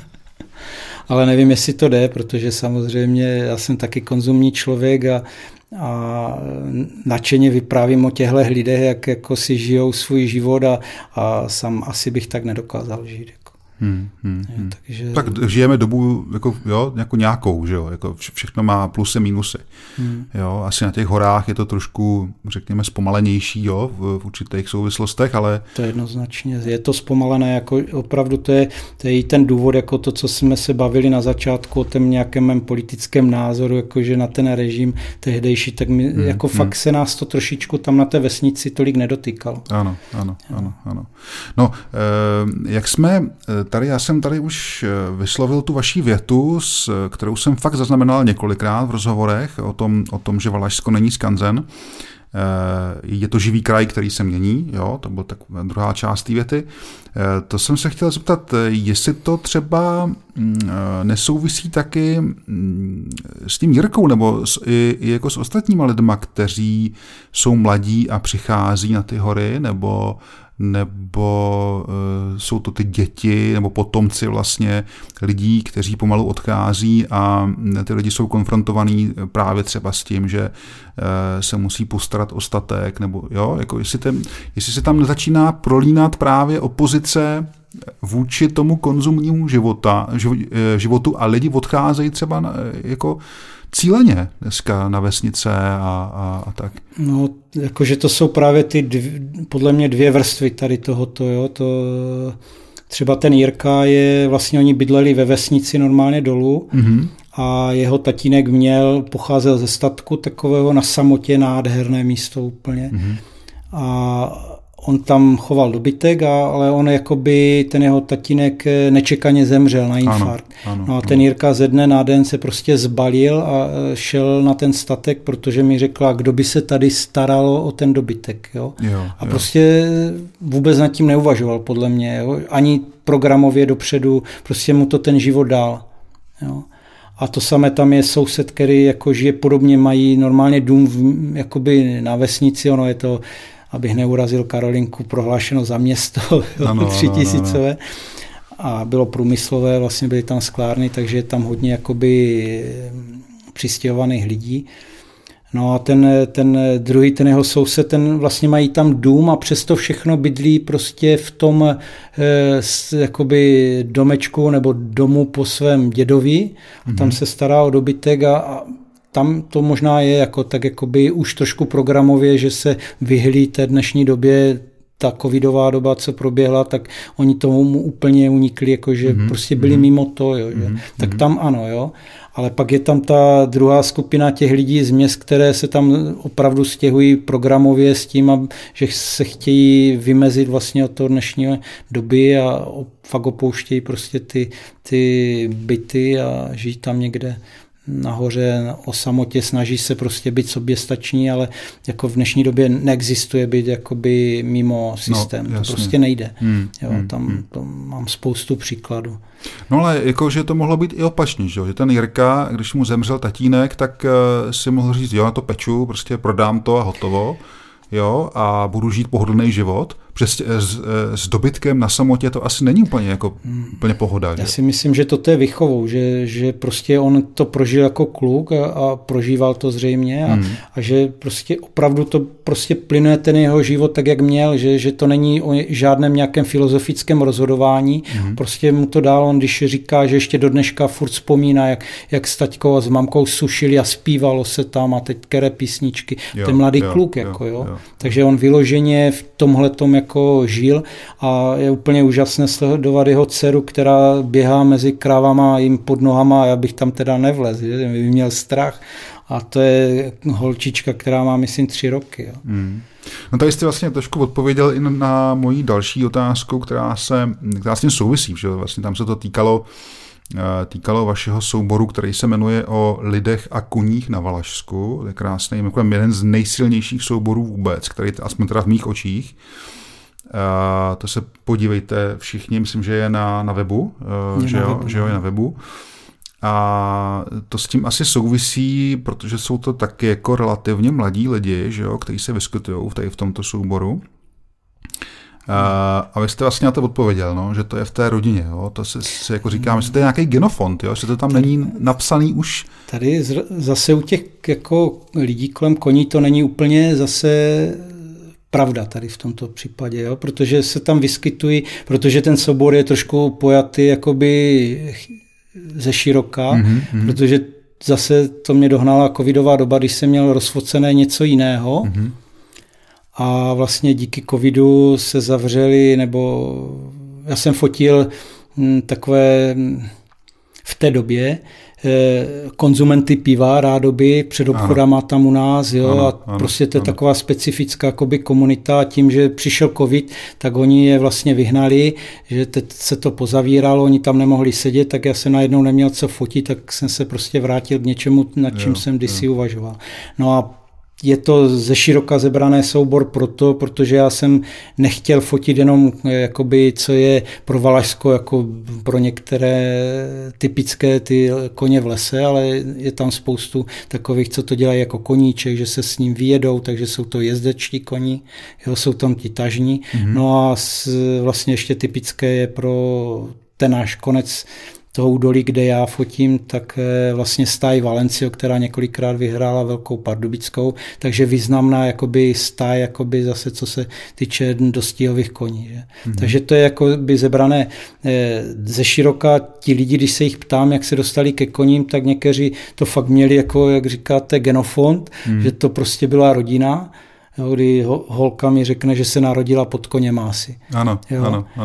Ale nevím, jestli to jde, protože samozřejmě já jsem taky konzumní člověk a nadšeně vyprávím o těchto lidech, jak jako si žijou svůj život a sám asi bych tak nedokázal žít. Takže... Tak žijeme dobu jako nějakou, že jo? Jako všechno má plusy, minusy. Jo? Asi na těch horách je to trošku, řekněme, zpomalenější, jo? V určitých souvislostech, ale... To je jednoznačně, je to zpomalené, jako opravdu to je i ten důvod, jako to, co jsme se bavili na začátku o tom nějakém mém politickém názoru, jakože na ten režim tehdejší, tak jako fakt se nás to trošičku tam na té vesnici tolik nedotýkalo. Ano. No, jak jsme... Já jsem tady už vyslovil tu vaši větu, kterou jsem fakt zaznamenal několikrát v rozhovorech o tom, že Valašsko není skanzen. Je to živý kraj, který se mění, jo, to byla tak druhá část té věty. To jsem se chtěl zeptat, jestli to třeba nesouvisí taky s tím Jirkou, nebo i jako s ostatníma lidma, kteří jsou mladí a přichází na ty hory, nebo jsou to ty děti nebo potomci vlastně lidí, kteří pomalu odchází a ty lidi jsou konfrontovaní právě třeba s tím, že se musí postarat o statek, nebo jo, jako jestli se tam začíná prolínat právě opozice vůči tomu konzumnímu životu a lidi odcházejí třeba jako cíleně dneska na vesnice a tak. No, jakože to jsou právě podle mě dvě vrstvy tady tohoto, jo, třeba ten Jirka vlastně oni bydleli ve vesnici normálně dolů a jeho tatínek pocházel ze statku takového na samotě, nádherné místo úplně. A on tam choval dobytek, ale on jakoby, ten jeho tatínek nečekaně zemřel na infarkt. No a ten Jirka ze dne na den se prostě zbalil a šel na ten statek, protože mi řekla, kdo by se tady staralo o ten dobytek. Jo? A prostě vůbec nad tím neuvažoval podle mě. Jo? Ani programově dopředu, prostě mu to ten život dal. Jo? A to samé tam je soused, který jako žije podobně, mají normálně dům jakoby na vesnici, ono je to, abych neurazil Karolinku, prohlášeno za město, 3000. A bylo průmyslové, vlastně byly tam sklárny, takže je tam hodně jakoby přistěhovaných lidí. No a ten druhý, ten jeho soused, ten vlastně mají tam dům a přesto všechno bydlí prostě v tom jakoby domečku nebo domu po svém dědovi. A tam se stará o dobytek a tam to možná je jako tak jakoby už trošku programově, že se vyhlí té dnešní době ta covidová doba, co proběhla, tak oni tomu úplně unikli, jakože prostě byli mimo to, jo, že? Tak tam ano, jo. Ale pak je tam ta druhá skupina těch lidí z měst, které se tam opravdu stěhují programově s tím, že se chtějí vymezit vlastně od toho dnešní doby a fakt opouštějí prostě ty byty a žijí tam někde nahoře o samotě, snaží se prostě být soběstační, ale jako v dnešní době neexistuje být jakoby mimo systém. To prostě nejde. Tam to mám spoustu příkladů. No ale jakože to mohlo být i opačně, že ten Jirka, když mu zemřel tatínek, tak si mohl říct, jo, na to peču, prostě prodám to a hotovo, jo, a budu žít pohodlný život. S dobytkem na samotě to asi není úplně úplně pohoda. Já si myslím, že to je výchovou, že prostě on to prožil jako kluk a prožíval to zřejmě a že prostě opravdu to prostě plynuje ten jeho život tak, jak měl, že to není o žádném nějakém filozofickém rozhodování. Prostě mu to dál, on když říká, že ještě do dneška furt vzpomíná, jak s taťkou a s mamkou sušili a zpívalo se tam a teď které písničky. Ten mladý kluk. Takže on vyloženě v tomhletom jako žil a je úplně úžasné sledovat jeho dceru, která běhá mezi krávama jim pod nohama a já bych tam teda nevlez, že by měl strach. A to je holčička, která má, myslím, 3 roky. Jo. No tady jste vlastně trošku odpověděl i na moji další otázku, která s tím souvisí, že vlastně tam se to týkalo vašeho souboru, který se jmenuje O lidech a koních na Valašsku. To je krásný, jeden z nejsilnějších souborů vůbec, který aspoň teda v mých očích. To se podívejte všichni, myslím, že je na webu, že je na webu. A to s tím asi souvisí, protože jsou to taky jako relativně mladí lidi, že jo, kteří se vyskytují v tomto souboru. A vy jste vlastně na to odpověděl, no, že to je v té rodině. Jo? To se jako říkáme, že to je nějaký genofond, jo? Že to tam není napsaný už. Tady zase u těch jako lidí kolem koní to není úplně zase pravda tady v tomto případě, jo? Protože se tam vyskytují, protože ten soubor je trošku pojatý jakoby ze široka, protože zase to mě dohnala covidová doba, když jsem měl rozfocené něco jiného, a vlastně díky covidu se zavřeli, nebo já jsem fotil takové v té době konzumenty piva rádoby před obchodama tam u nás, jo, a prostě to je taková specifická jakoby komunita. Tím, že přišel covid, tak oni je vlastně vyhnali, že teď se to pozavíralo, oni tam nemohli sedět, tak já jsem najednou neměl co fotit, tak jsem se prostě vrátil k něčemu, nad čím jsem kdysi uvažoval. No a je to ze široka zebrané soubor protože já jsem nechtěl fotit jenom jakoby, co je pro Valašsko jako pro některé typické ty koně v lese, ale je tam spoustu takových, co to dělají jako koníček, že se s ním vyjedou, takže jsou to jezdečtí koní, jo, jsou tam ti tažní. No a vlastně ještě typické je pro ten náš konec toho údolí, kde já fotím, tak vlastně stáj Valencio, která několikrát vyhrála Velkou Pardubickou, takže významná jakoby stáj, jakoby zase co se týče dostihových koní. Že? Takže to je jakoby zebrané ze široka. Ti lidi, když se jich ptám, jak se dostali ke koním, tak někteří to fakt měli, jako jak říkáte, genofond, že to prostě byla rodina, kdy holka mi řekne, že se narodila pod koněm asi. Ano.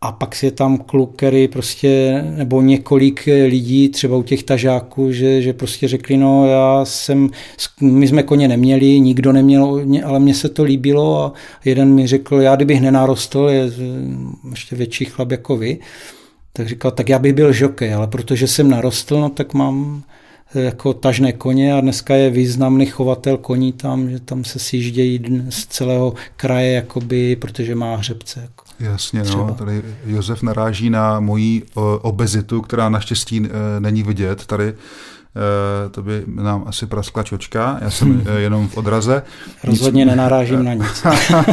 A pak je tam kluk, který prostě, nebo několik lidí, třeba u těch tažáků, že prostě řekli, no my jsme koně neměli, nikdo neměl, ale mně se to líbilo a jeden mi řekl, já kdybych nenarostl, je ještě větší chlap jako vy, tak říkal, tak já bych byl žokej, ale protože jsem narostl, no tak mám jako tažné koně a dneska je významný chovatel koní tam, že tam se sjíždějí z celého kraje, jakoby, protože má hřebce. Jako. Jasně, no, tady Josef naráží na moji obezitu, která naštěstí není vidět tady. To by nám asi praskla čočka, já jsem jenom v odraze. Rozhodně nenarážím na nic.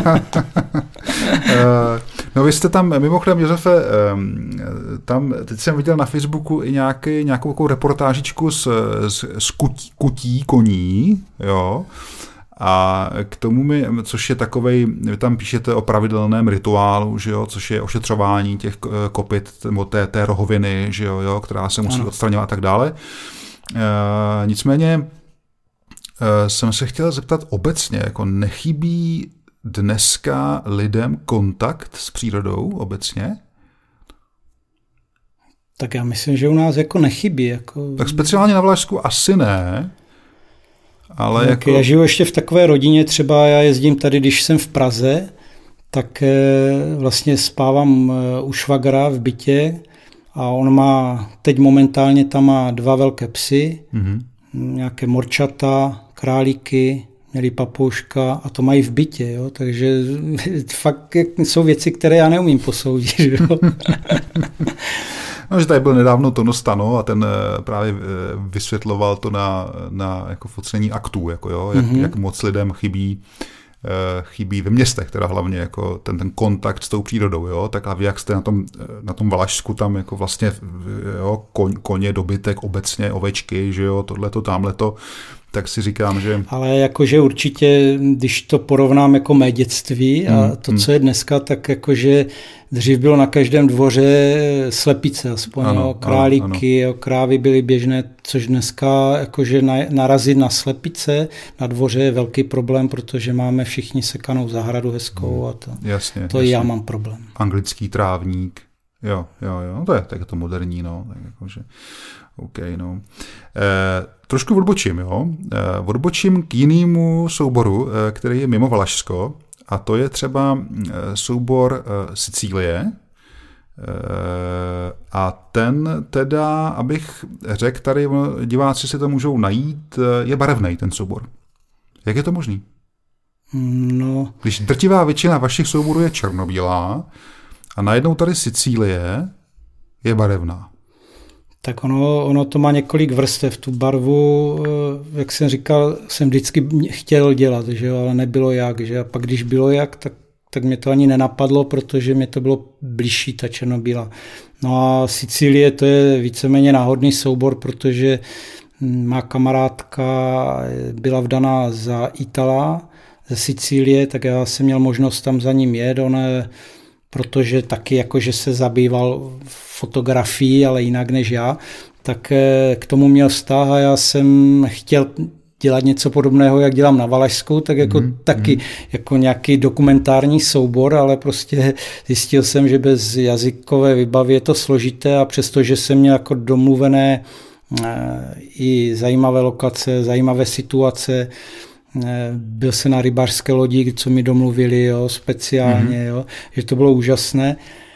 No vy jste tam, mimochodem Josefe, tam, teď jsem viděl na Facebooku i nějakou reportážičku z kutí koní, jo, a k tomu což je takovej, vy tam píšete o pravidelném rituálu, že jo, což je ošetřování těch kopyt, nebo té rohoviny, že jo, která se musí odstraňovat a tak dále. Nicméně jsem se chtěl zeptat obecně, jako nechybí dneska lidem kontakt s přírodou obecně? Tak já myslím, že u nás jako nechybí. Jako... Tak speciálně na Valašsku asi ne, ale tak jako... Já žiju ještě v takové rodině, třeba já jezdím tady, když jsem v Praze, tak vlastně spávám u švagra v bytě a on má, teď momentálně tam má 2 velké psy, nějaké morčata, králíky, měli papouška a to mají v bytě, jo? Takže fakt jsou věci, které já neumím posoudit. Jo? No, že tady byl nedávno Tono Stano a ten právě vysvětloval to na jako focení aktů, jako jo, jak moc lidem chybí ve městech, teda hlavně jako ten kontakt s tou přírodou, jo, tak a vy jak jste na tom Valašsku tam jako vlastně, jo, koně, dobytek, obecně ovečky, že jo, tohleto, tamhleto, tak si říkám, že... Ale jakože určitě, když to porovnám jako mé dětství a to, co je dneska, tak jakože dřív bylo na každém dvoře slepice aspoň, ano, jo, králíky, ano. Jo, krávy byly běžné, což dneska jakože narazit na slepice na dvoře je velký problém, protože máme všichni sekanou zahradu hezkou a to, jasně. Já mám problém. Anglický trávník, jo, to je tak to moderní, no, tak jakože... OK, no. Trošku odbočím, jo. Odbočím k jinému souboru, který je mimo Valašsko, a to je třeba soubor Sicílie. A ten teda, abych řekl, tady diváci si to můžou najít, je barevnej ten soubor. Jak je to možný? No. Když drtivá většina vašich souborů je černobílá a najednou tady Sicílie je barevná. Tak ono to má několik vrstev. Tu barvu, jak jsem říkal, jsem vždycky chtěl dělat, že jo, ale nebylo jak. Že? A pak když bylo jak, tak mě to ani nenapadlo, protože mě to bylo bližší, ta černobílá. No a Sicílie to je víceméně náhodný soubor, protože má kamarádka byla vdaná za Itala ze Sicílie, tak já jsem měl možnost tam za ním jet. Protože taky jakože se zabýval fotografií, ale jinak než já, tak k tomu měl vztah a já jsem chtěl dělat něco podobného, jak dělám na Valašsku, tak jako taky jako nějaký dokumentární soubor, ale prostě zjistil jsem, že bez jazykové vybavy je to složité a přestože jsem měl jako domluvené i zajímavé lokace, zajímavé situace, byl jsem na rybářské lodi, co mi domluvili, jo, speciálně, jo, že to bylo úžasné.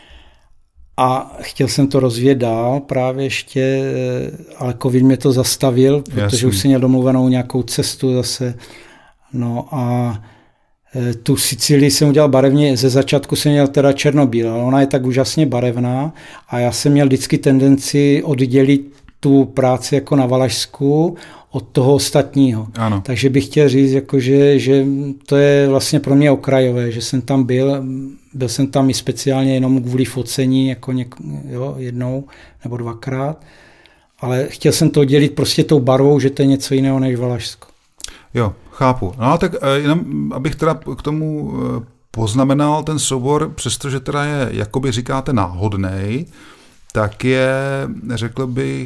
A chtěl jsem to rozvíjet dál právě ještě, ale covid mě to zastavil, protože už jsem měl domluvenou nějakou cestu zase. No a tu Sicílii jsem udělal barevně, ze začátku jsem měl teda černobílá, ona je tak úžasně barevná a já jsem měl vždycky tendenci oddělit tu práci jako na Valašsku od toho ostatního. Ano. Takže bych chtěl říct, jakože, že to je vlastně pro mě okrajové, že jsem tam byl jsem tam i speciálně jenom kvůli focení, jako jednou nebo 2krát, ale chtěl jsem to oddělit prostě tou barvou, že to je něco jiného než Valašsko. Jo, chápu. No tak jenom, abych teda k tomu poznamenal ten soubor, přestože teda je, jakoby říkáte, náhodnej, tak je, řekl bych,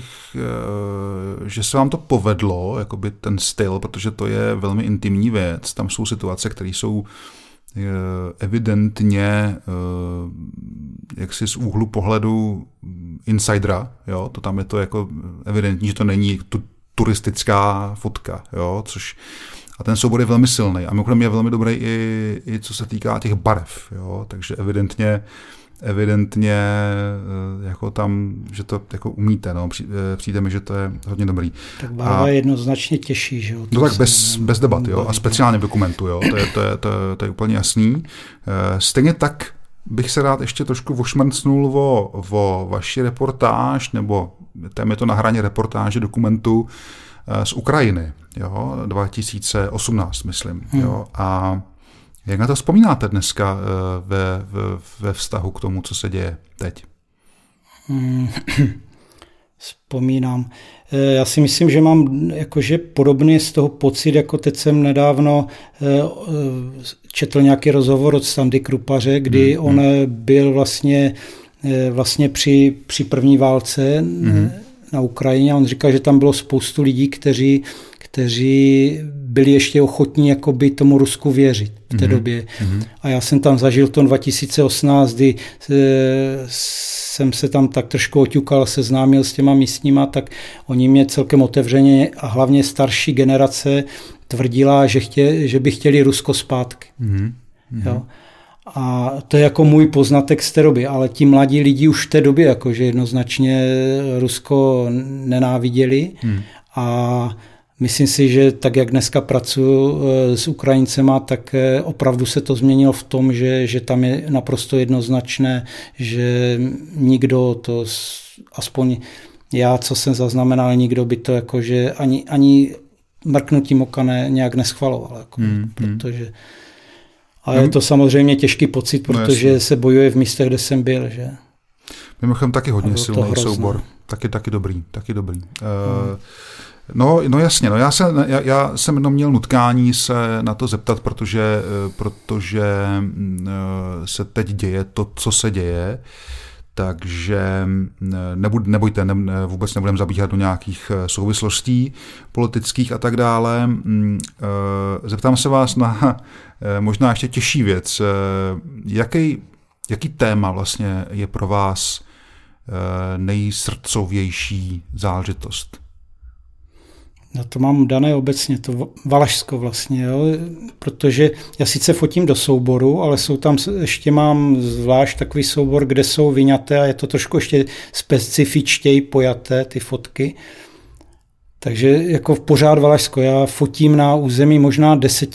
že se vám to povedlo, jakoby ten styl, protože to je velmi intimní věc. Tam jsou situace, které jsou evidentně jaksi z úhlu pohledu insidera, jo, to tam je to jako evidentní, že to není turistická fotka, jo, a ten soubor je velmi silný a mimochodem je velmi dobrý i co se týká těch barev, jo, takže evidentně jako tam, že to jako umíte, no, přijde mi, že to je hodně dobrý. Tak barva je jednoznačně těžší, že jo? No tak bez debat, jo, a speciálně v dokumentu, jo, to je úplně jasný. Stejně tak bych se rád ještě trošku vošmrcnul o vaši reportáž, nebo tam je to na hraně reportáže dokumentu z Ukrajiny, jo, 2018, myslím, jo, a jak na to vzpomínáte dneska ve vztahu k tomu, co se děje teď? Vzpomínám. Já si myslím, že mám jakože podobný z toho pocit, jako teď jsem nedávno četl nějaký rozhovor od Standy Krupaře, kdy on byl vlastně při první válce na Ukrajině. On říkal, že tam bylo spoustu lidí, kteří byli ještě ochotní jakoby tomu Rusku věřit v té době. A já jsem tam zažil v tom 2018, kdy jsem se tam tak trošku oťukal, seznámil s těma místníma, tak oni mě celkem otevřeně a hlavně starší generace tvrdila, že by chtěli Rusko zpátky. Jo. A to je jako můj poznatek z té doby, ale ti mladí lidi už v té době jakože jednoznačně Rusko nenáviděli a myslím si, že tak, jak dneska pracuji s Ukrajincema, tak opravdu se to změnilo v tom, že tam je naprosto jednoznačné, že nikdo to, aspoň já, co jsem zaznamenal, nikdo by to jakože ani mrknutím oka nějak neschvaloval. Jako, protože, a je to samozřejmě těžký pocit, protože se bojuje v místech, kde jsem byl. Že? Mimochodem taky hodně silný soubor. Taky dobrý. No jasně, no já jsem jenom měl nutkání se na to zeptat, protože se teď děje to, co se děje, takže nebojte, vůbec nebudeme zabíhat do nějakých souvislostí politických a tak dále. Zeptám se vás na možná ještě těžší věc. Jaký téma vlastně je pro vás nejsrdcovější záležitost? Já to mám dané obecně, to Valašsko vlastně, jo? Protože já sice fotím do souboru, ale ještě mám zvlášť takový soubor, kde jsou vyňaté a je to trošku ještě specifičtěji pojaté ty fotky. Takže jako v pořád Valašsko, já fotím na území možná 10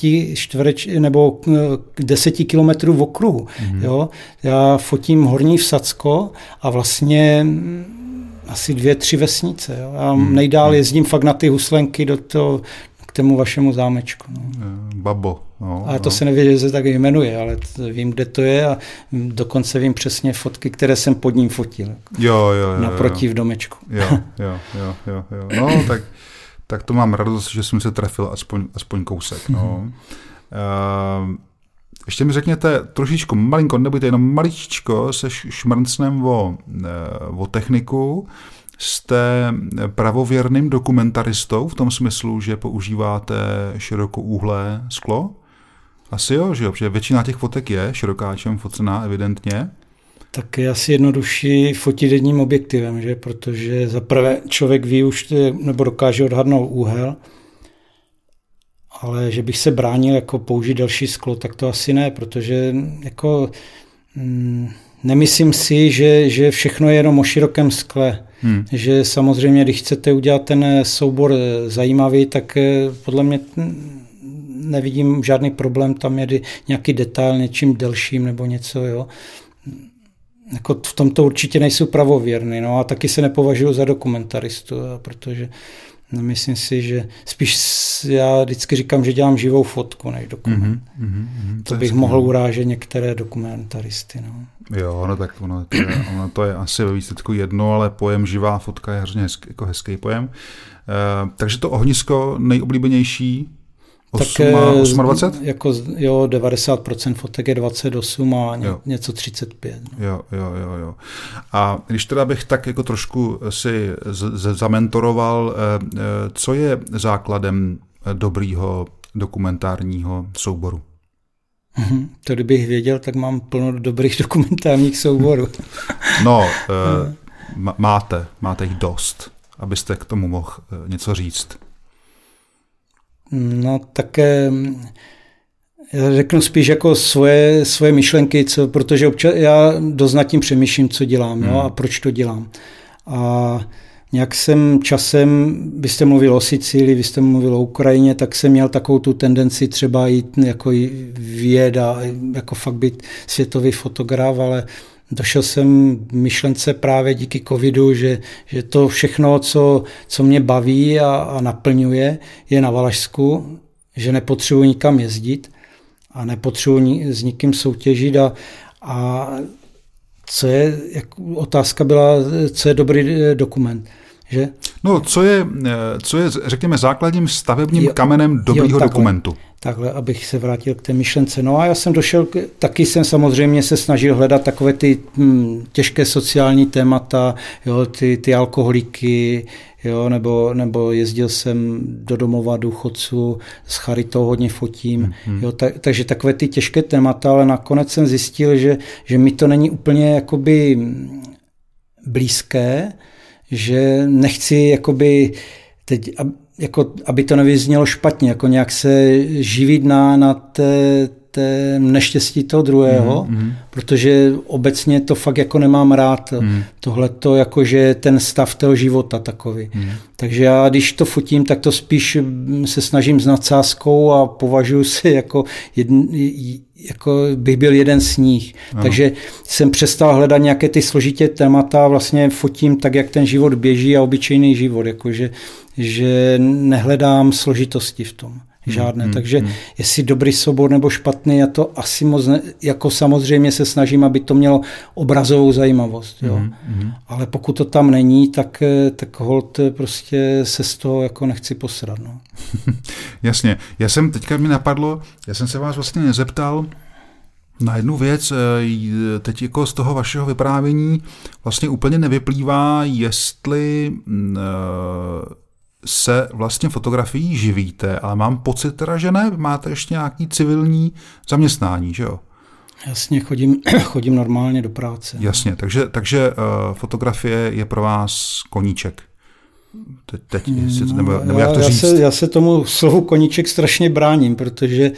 kilometrů v okruhu. Jo? Já fotím Horní Vsacko a vlastně asi 2-3 vesnice. Jo? Já nejdál jezdím fakt na ty huslenky k tomu vašemu zámečku. No. Babo. No, ale to se neví, že se tak jmenuje, ale vím, kde to je a dokonce vím přesně fotky, které jsem pod ním fotil. Jo. Naproti v domečku. Jo. No, tak to mám radost, že jsem se trefil aspoň kousek. No. Ještě mi řekněte trošičku, malinko, nebojte, jenom maličko se šmrncnem o techniku. Jste pravověrným dokumentaristou v tom smyslu, že používáte širokouhlé sklo? Asi jo, že jo, protože většina těch fotek je širokáčem focená evidentně. Tak je asi jednodušší fotit jedním objektivem, že? Protože zaprvé člověk ví už, nebo dokáže odhadnout úhel, ale že bych se bránil jako použít další sklo, tak to asi ne, protože jako nemyslím si, že všechno je jenom o širokém skle. Že samozřejmě, když chcete udělat ten soubor zajímavý, tak podle mě nevidím žádný problém tam je nějaký detail něčím delším nebo něco, jo. Jako v tomto určitě nejsou pravověrný, no a taky se nepovažuji za dokumentaristu, protože myslím si, že spíš já vždycky říkám, že dělám živou fotku než dokument. To bych mohl urážet některé dokumentaristy. No. Jo, no tak ono to je asi ve výsledku jedno, ale pojem živá fotka je hrozně hezký pojem. Takže to ohnisko nejoblíbenější 28? Jako, jo, 90% fotek je 28 a něco 35. No. Jo. A když teda bych tak jako trošku si zamentoroval, co je základem dobrýho dokumentárního souboru? To kdybych věděl, tak mám plno dobrých dokumentárních souborů. No, máte jich dost, abyste k tomu mohl něco říct. No tak já řeknu spíš jako svoje myšlenky, protože občas já dost nad tím přemýšlím, co dělám, a proč to dělám. A nějak jsem časem, vy jste mluvil o Sicílii, vy jste mluvil o Ukrajině, tak jsem měl takovou tu tendenci třeba jít jako vyjet a jako fakt být světový fotograf, ale došel jsem v myšlence právě díky covidu, že to všechno, co mě baví a naplňuje, je na Valašsku, že nepotřebuji nikam jezdit a nepotřebuji s nikým soutěžit a co je, otázka byla, co je dobrý dokument, že? No, co je řekněme, základním stavebním kamenem dobrýho dokumentu? Takhle, abych se vrátil k té myšlence. No a já jsem došel, taky jsem samozřejmě se snažil hledat takové ty těžké sociální témata, jo, ty alkoholiky, jo, nebo jezdil jsem do domova důchodců, s charitou hodně fotím, jo, takže takové ty těžké témata, ale nakonec jsem zjistil, že mi to není úplně jakoby blízké, že nechci jakoby teď, jako, aby to nevyznělo špatně, jako nějak se živit na té neštěstí toho druhého, protože obecně to fakt jako nemám rád. Tohle to jakože ten stav toho života takový. Takže já, když to fotím, tak to spíš se snažím s nadsázkou a považuji se jako bych byl jeden z nich. Ano. Takže jsem přestal hledat nějaké ty složitě témata, vlastně fotím tak, jak ten život běží a obyčejný život, jakože že nehledám složitosti v tom. Žádné. Takže jestli dobrý soubor nebo špatný, já to asi moc jako samozřejmě se snažím, aby to mělo obrazovou zajímavost. Jo. Ale pokud to tam není, tak holt prostě se z toho jako nechci posrat. No. Jasně. Teďka mi napadlo, já jsem se vás vlastně nezeptal na jednu věc, teď jako z toho vašeho vyprávění vlastně úplně nevyplývá, jestli se vlastně fotografií živíte, ale mám pocit teda, že ne, máte ještě nějaký civilní zaměstnání, že jo? Jasně, chodím normálně do práce. Jasně, takže fotografie je pro vás koníček. Teď jestli to, nebo jak to říct? Já se tomu slovu koníček strašně bráním, protože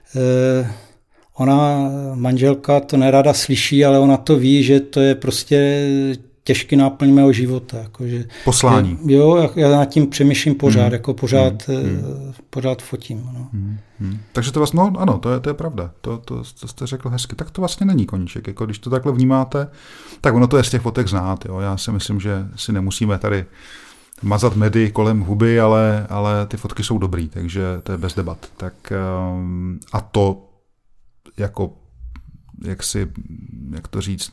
ona, manželka, to nerada slyší, ale ona to ví, že to je prostě těžký náplň mého života. Jakože, poslání. Já nad tím přemýšlím pořád, jako pořád fotím. No. Takže to vlastně, no ano, to je pravda. To jste řekl hezky. Tak to vlastně není koníček. Jako když to takhle vnímáte, tak ono to je z těch fotek znát. Jo. Já si myslím, že si nemusíme tady mazat medy kolem huby, ale ty fotky jsou dobrý, takže to je bez debat. Tak a to jako, jak to říct,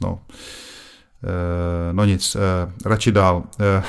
no nic, radši dál.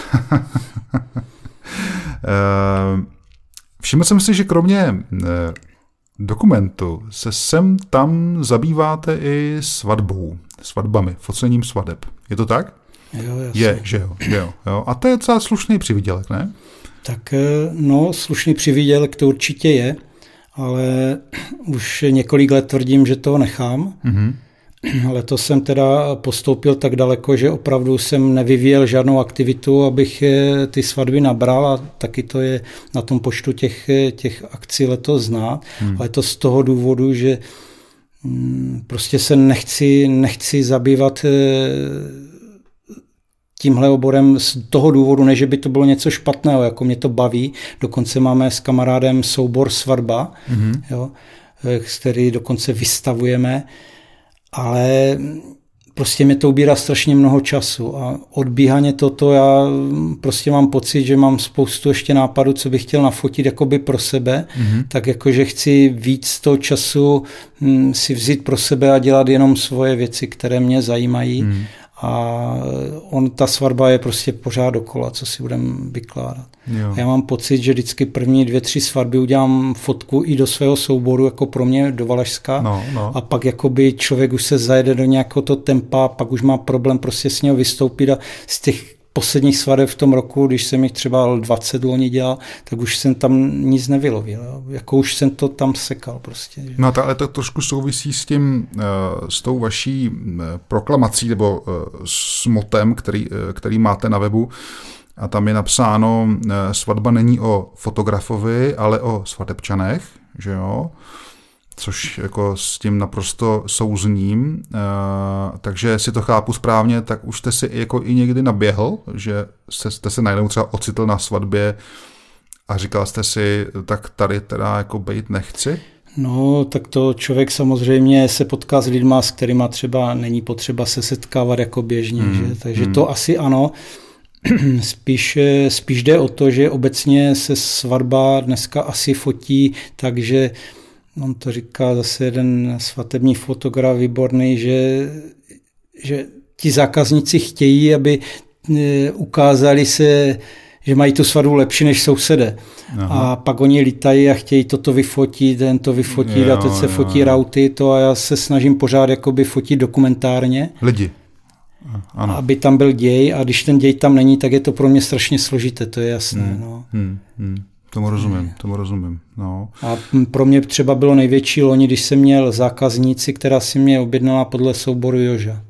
Všiml jsem si, že kromě dokumentu se sem tam zabýváte i svatbami, focením svadeb. Je to tak? Jo, jasně. Je, že jo. A to je docela slušný přivydělek, ne? Tak slušný přivydělek to určitě je, ale už několik let tvrdím, že toho nechám. Letos jsem teda postoupil tak daleko, že opravdu jsem nevyvíjel žádnou aktivitu, abych ty svatby nabral a taky to je na tom počtu těch akcí letos znát. Ale to z toho důvodu, že prostě se nechci zabývat tímhle oborem z toho důvodu, ne, že by to bylo něco špatného, jako mě to baví. Dokonce máme s kamarádem soubor Svatba, jo, který dokonce vystavujeme, ale prostě mě to ubírá strašně mnoho času a odbíhaně toto já prostě mám pocit, že mám spoustu ještě nápadů, co bych chtěl nafotit jakoby pro sebe, tak jakože chci víc toho času si vzít pro sebe a dělat jenom svoje věci, které mě zajímají. A ta svatba je prostě pořád dokola, co si budeme vykládat. Jo. Já mám pocit, že vždycky první 2-3 svatby udělám fotku i do svého souboru, jako pro mě do Valašska. No. A pak jakoby člověk už se zajede do nějakého to tempa, pak už má problém prostě s něho vystoupit a z těch posledních svadeb v tom roku, když jsem jich třeba 20 loni dělal, tak už jsem tam nic nevylovil. Jo. Jako už jsem to tam sekal prostě. Že? No ale to trošku souvisí s tím, s tou vaší proklamací nebo s motem, který máte na webu. A tam je napsáno, svatba není o fotografovi, ale o svatebčanech, že jo? Což jako s tím naprosto souzním. Takže jestli to chápu správně, tak už jste si jako i někdy naběhl, že jste se najednou třeba ocitl na svatbě a říkal jste si, tak tady teda jako bejt nechci? No, tak to člověk samozřejmě se potká s lidma, s kterýma třeba není potřeba se setkávat jako běžně, že? Takže to asi ano. Spíš jde o to, že obecně se svatba dneska asi fotí, takže on to říká zase jeden svatební fotograf výborný, že ti zákazníci chtějí, aby ukázali se, že mají tu svatbu lepší než sousede. Aha. A pak oni lítají a chtějí toto vyfotit, ten to vyfotit a teď se fotí rauty, to a já se snažím pořád jakoby fotit dokumentárně. Lidi. Ano. Aby tam byl děj a když ten děj tam není, tak je to pro mě strašně složité, to je jasné. No. Tomu rozumím. No. A pro mě třeba bylo největší loni, když jsem měl zákazníci, která si mě objednala podle souboru Joža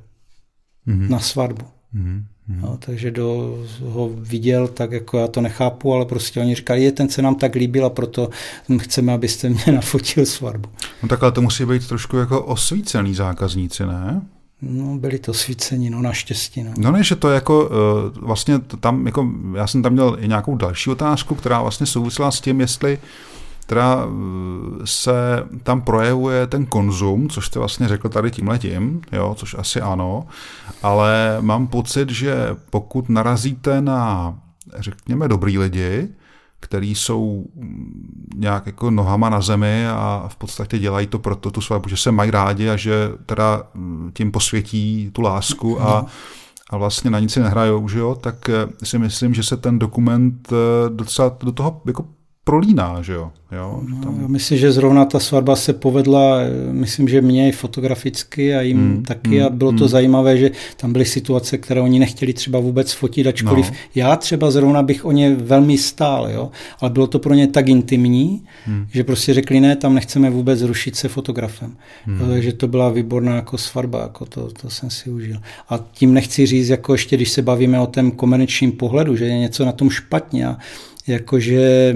na svatbu. No, takže kdo ho viděl, tak jako já to nechápu, ale prostě oni říkali, ten se nám tak líbil a proto chceme, abyste mě nafotil svatbu. No tak ale to musí být trošku jako osvícený zákazníci, ne? No, byli to svíceni, no naštěstí. No ne, že to jako vlastně tam, jako já jsem tam měl i nějakou další otázku, která vlastně souvisela s tím, jestli teda se tam projevuje ten konzum, což jste vlastně řekl tady tímhletím, jo, což asi ano, ale mám pocit, že pokud narazíte na, řekněme, dobrý lidi, který jsou nějak jako nohama na zemi a v podstatě dělají to proto tu svatbu, že se mají rádi a že teda tím posvětí tu lásku a vlastně na nic si nehrajou, že jo, tak si myslím, že se ten dokument docela do toho jako prolíná, že jo. No, já myslím, že zrovna ta svatba se povedla, myslím, že mě i fotograficky a jim taky a bylo to zajímavé, že tam byly situace, které oni nechtěli třeba vůbec fotit, ačkoliv já třeba zrovna bych o ně velmi stál, jo, ale bylo to pro ně tak intimní, že prostě řekli ne, tam nechceme vůbec rušit se fotografem. Takže to byla výborná jako svatba, jako to jsem si užil. A tím nechci říct, jako ještě když se bavíme o tom komerčním pohledu, že je něco na tom špatně a jakože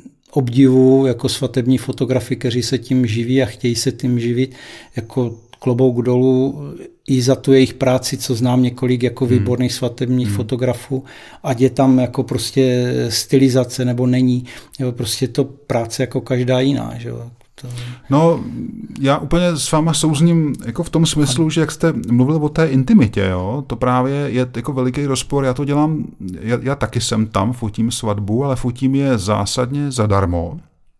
obdivu jako svatební fotografy, kteří se tím živí a chtějí se tím živit, jako klobouk dolů i za tu jejich práci, co znám několik jako výborných svatebních fotografů, ať je tam jako prostě stylizace nebo není, jo, prostě to práce jako každá jiná, že jo. No, já úplně s váma souzním jako v tom smyslu, že jak jste mluvil o té intimitě, jo, to právě je jako veliký rozpor, já to dělám, já taky jsem tam, fotím svatbu, ale fotím je zásadně zadarmo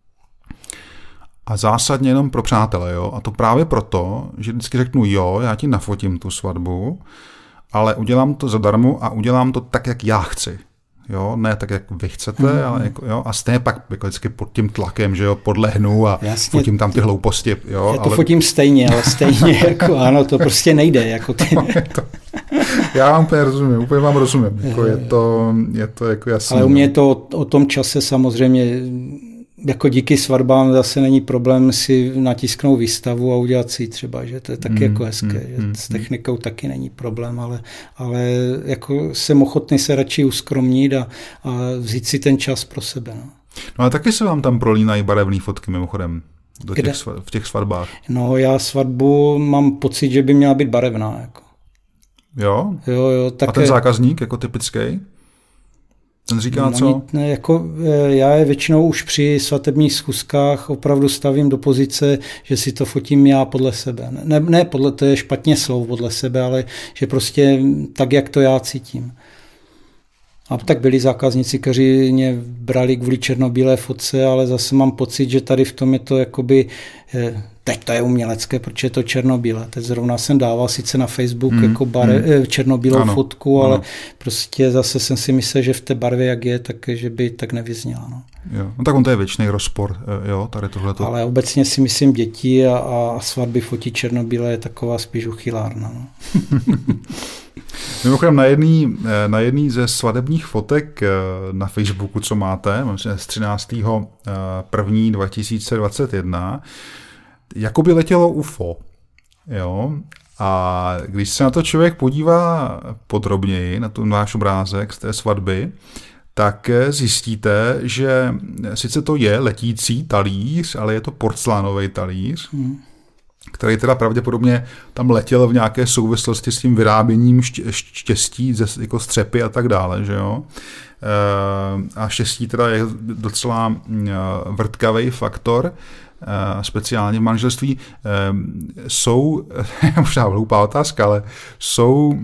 a zásadně jenom pro přátele, jo, a to právě proto, že vždycky řeknu jo, já ti nafotím tu svatbu, ale udělám to zadarmo a udělám to tak, jak já chci. Jo, ne tak, jak vy chcete, ale jako, jo, a stejně pak jako vždycky pod tím tlakem, že jo, podlehnu a jasně, fotím tam ty hlouposti. Jo, já to fotím stejně, ale stejně jako ano, to prostě nejde. Jako ty. No, já vám úplně vám rozumím. Jako je to jako jasné. Ale u mě je to o tom čase samozřejmě, jako díky svatbám zase není problém si natisknout výstavu a udělat si třeba, že to je taky jako hezké, že s technikou taky není problém, ale jako jsem ochotný se radši uskromnit a vzít si ten čas pro sebe. No a taky se vám tam prolínají barevné fotky mimochodem v těch svatbách. No já svatbu mám pocit, že by měla být barevná. Jako. Jo? Tak a ten zákazník jako typický? Ten říká co? Ne, jako já je většinou už při svatebních schůzkách opravdu stavím do pozice, že si to fotím já podle sebe. Ne podle, to je špatně slovo podle sebe, ale že prostě tak, jak to já cítím. A tak byli zákazníci, kteří mě brali kvůli černobílé fotce, ale zase mám pocit, že tady v tom je to jakoby, teď to je umělecké, protože je to černobílé. Teď zrovna jsem dával sice na Facebook jako černobílou fotku, ale prostě zase jsem si myslel, že v té barvě, jak je, tak že by tak nevyzněla. No. Jo. No tak on to je věčný rozpor, jo, tady tohleto. Ale obecně si myslím, děti a svatby fotit černobílé je taková spíš uchylárna. No. Mimochodem na jedný ze svadebních fotek na Facebooku, co máte, z 13.1.2021, jakoby letělo UFO. Jo? A když se na to člověk podívá podrobněji, na ten váš obrázek z té svatby, tak zjistíte, že sice to je letící talíř, ale je to porcelánový talíř, který teda pravděpodobně tam letěl v nějaké souvislosti s tím vyráběním štěstí jako střepy a tak dále, že jo. A štěstí teda je docela vrtkavý faktor, speciálně v manželství. Jsou, možná hloupá otázka, ale jsou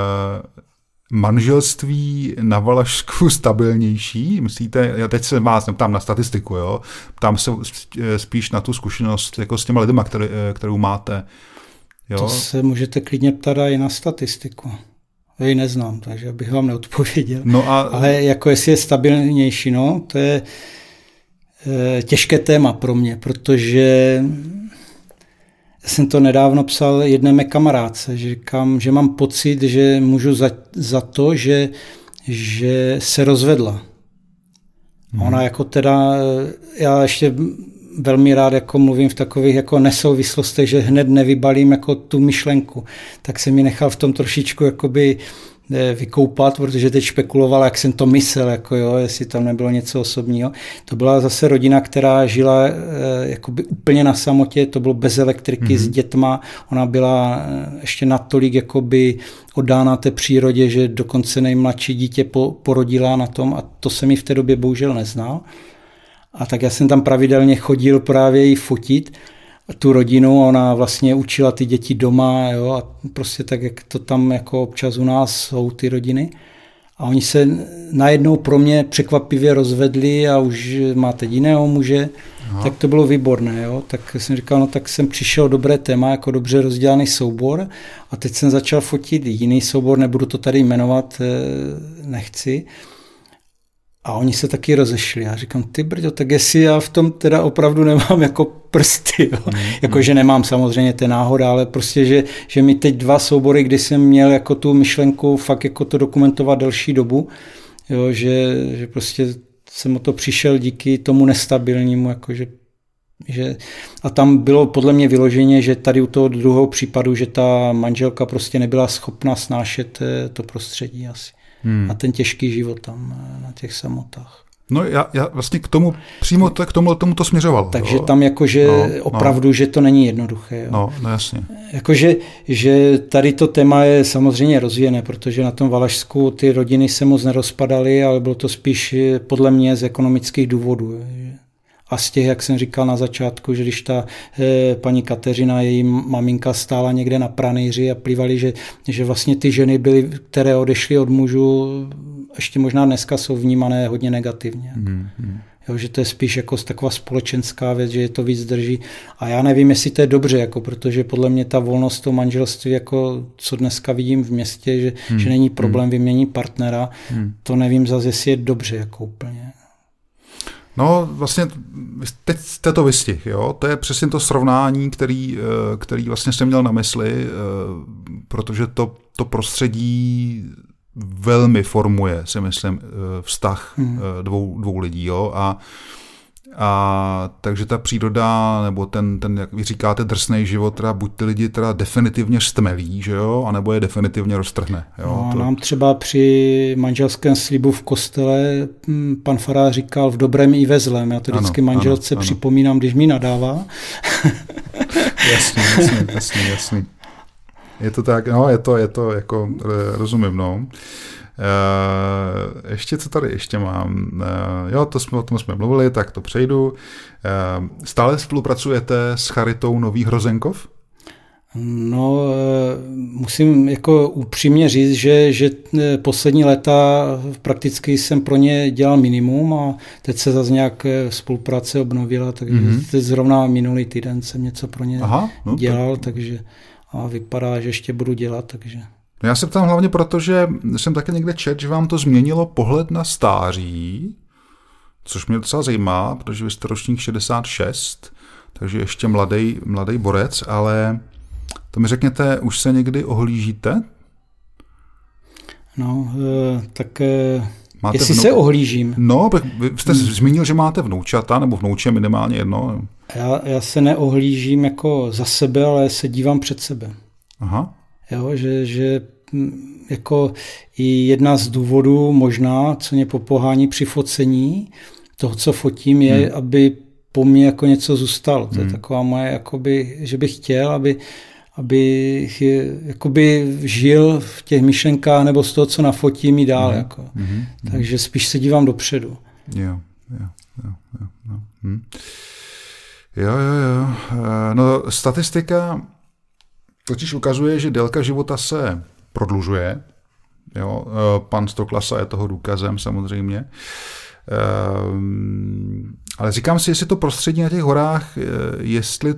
manželství na Valašsku stabilnější? Myslíte, já teď se vás neptám na statistiku, jo? Ptám se spíš na tu zkušenost jako s těma lidma, kterou máte. Jo? To se můžete klidně ptát i na statistiku. Já ji neznám, takže bych vám neodpověděl. No ale jako jestli je stabilnější, no, to je těžké téma pro mě, protože já jsem to nedávno psal jedné mé kamarádce, že říkám, že mám pocit, že můžu za to, že se rozvedla. Ona jako teda, já ještě velmi rád jako mluvím v takových jako nesouvislostech, že hned nevybalím jako tu myšlenku. Tak jsem mi nechal v tom trošičku jakoby vykoupat, protože teď špekuloval, jak jsem to myslel, jako jo, jestli tam nebylo něco osobního. To byla zase rodina, která žila jakoby úplně na samotě, to bylo bez elektriky, s dětma. Ona byla ještě natolik jakoby oddána té přírodě, že dokonce nejmladší dítě porodila na tom a to se mi v té době bohužel neznal. A tak já jsem tam pravidelně chodil právě jí fotit tu rodinu, ona vlastně učila ty děti doma, jo, a prostě tak, jak to tam jako občas u nás jsou ty rodiny. A oni se najednou pro mě překvapivě rozvedli a už má teď jiného muže, tak to bylo výborné, jo. Tak jsem říkal, no tak jsem přišel dobré téma, jako dobře rozdělaný soubor a teď jsem začal fotit jiný soubor, nebudu to tady jmenovat, nechci. A oni se taky rozešli. Já říkám, ty brďo, tak jestli já v tom teda opravdu nemám jako prsty. Jo. Jakože nemám samozřejmě, to je náhoda, ale prostě, že mi teď dva soubory, kdy jsem měl jako tu myšlenku fakt jako to dokumentovat delší dobu, jo, že prostě jsem o to přišel díky tomu nestabilnímu, jakože a tam bylo podle mě vyloženě, že tady u toho druhého případu, že ta manželka prostě nebyla schopna snášet to prostředí asi. A ten těžký život tam na těch samotách. No já vlastně k tomu, přímo k tomu to směřoval. Takže jo? Tam jakože opravdu, že to není jednoduché. Jo? No jasně. Jakože, že tady to téma je samozřejmě rozvíjené, protože na tom Valašsku ty rodiny se moc nerozpadaly, ale bylo to spíš podle mě z ekonomických důvodů. A z těch, jak jsem říkal na začátku, že když ta paní Kateřina, její maminka stála někde na pranýři a plývali, že vlastně ty ženy byly, které odešly od mužů, ještě možná dneska jsou vnímané hodně negativně. Jo, že to je spíš jako taková společenská věc, že je to víc drží. A já nevím, jestli to je dobře, jako, protože podle mě ta volnost toho manželství, jako, co dneska vidím v městě, že není problém vyměnit partnera, to nevím zase, jestli je dobře jako úplně. No vlastně teď jste to vystih, jo? To je přesně to srovnání, který vlastně jsem měl na mysli, protože to prostředí velmi formuje, si myslím, vztah dvou lidí, jo? A takže ta příroda, nebo ten, jak vy říkáte, drsnej život, teda buď ty lidi teda definitivně stmelí, že jo, anebo je definitivně roztrhne. Jo? No, nám třeba při manželském slibu v kostele pan farář říkal v dobrém i ve zlém. Já to vždycky manželce připomínám, když mi nadává. Jasný. Je to tak, no, je to jako, rozumím, no. Ještě co tady ještě mám? Jo, o tom jsme mluvili, tak to přejdu. Stále spolupracujete s Charitou Nový Hrozenkov? No, musím jako upřímně říct, že poslední léta prakticky jsem pro ně dělal minimum a teď se zase nějak spolupráce obnovila, takže teď zrovna minulý týden jsem něco pro ně dělal, takže a vypadá, že ještě budu dělat, takže... Já se ptám hlavně proto, že jsem také někde četl, že vám to změnilo pohled na stáří, což mě docela zajímá, protože vy jste ročník 66, takže ještě mladý borec, ale to mi řekněte, už se někdy ohlížíte? No, tak jestli se ohlížím. No, vy jste zmínil, že máte vnoučata, nebo vnouče minimálně jedno. Já se neohlížím jako za sebe, ale se dívám před sebe. Aha. Jo, že jako i jedna z důvodů možná, co mě popohání při focení toho, co fotím, je, aby po mně jako něco zůstalo. To je taková moje, jakoby, že bych chtěl, aby jakoby žil v těch myšlenkách nebo z toho, co nafotím, i dál. Jako. Takže spíš se dívám dopředu. Jo. No, statistika totiž ukazuje, že délka života se prodlužuje. Jo? Pan Stoklasa je toho důkazem samozřejmě. Ale říkám si, jestli to prostředí na těch horách, jestli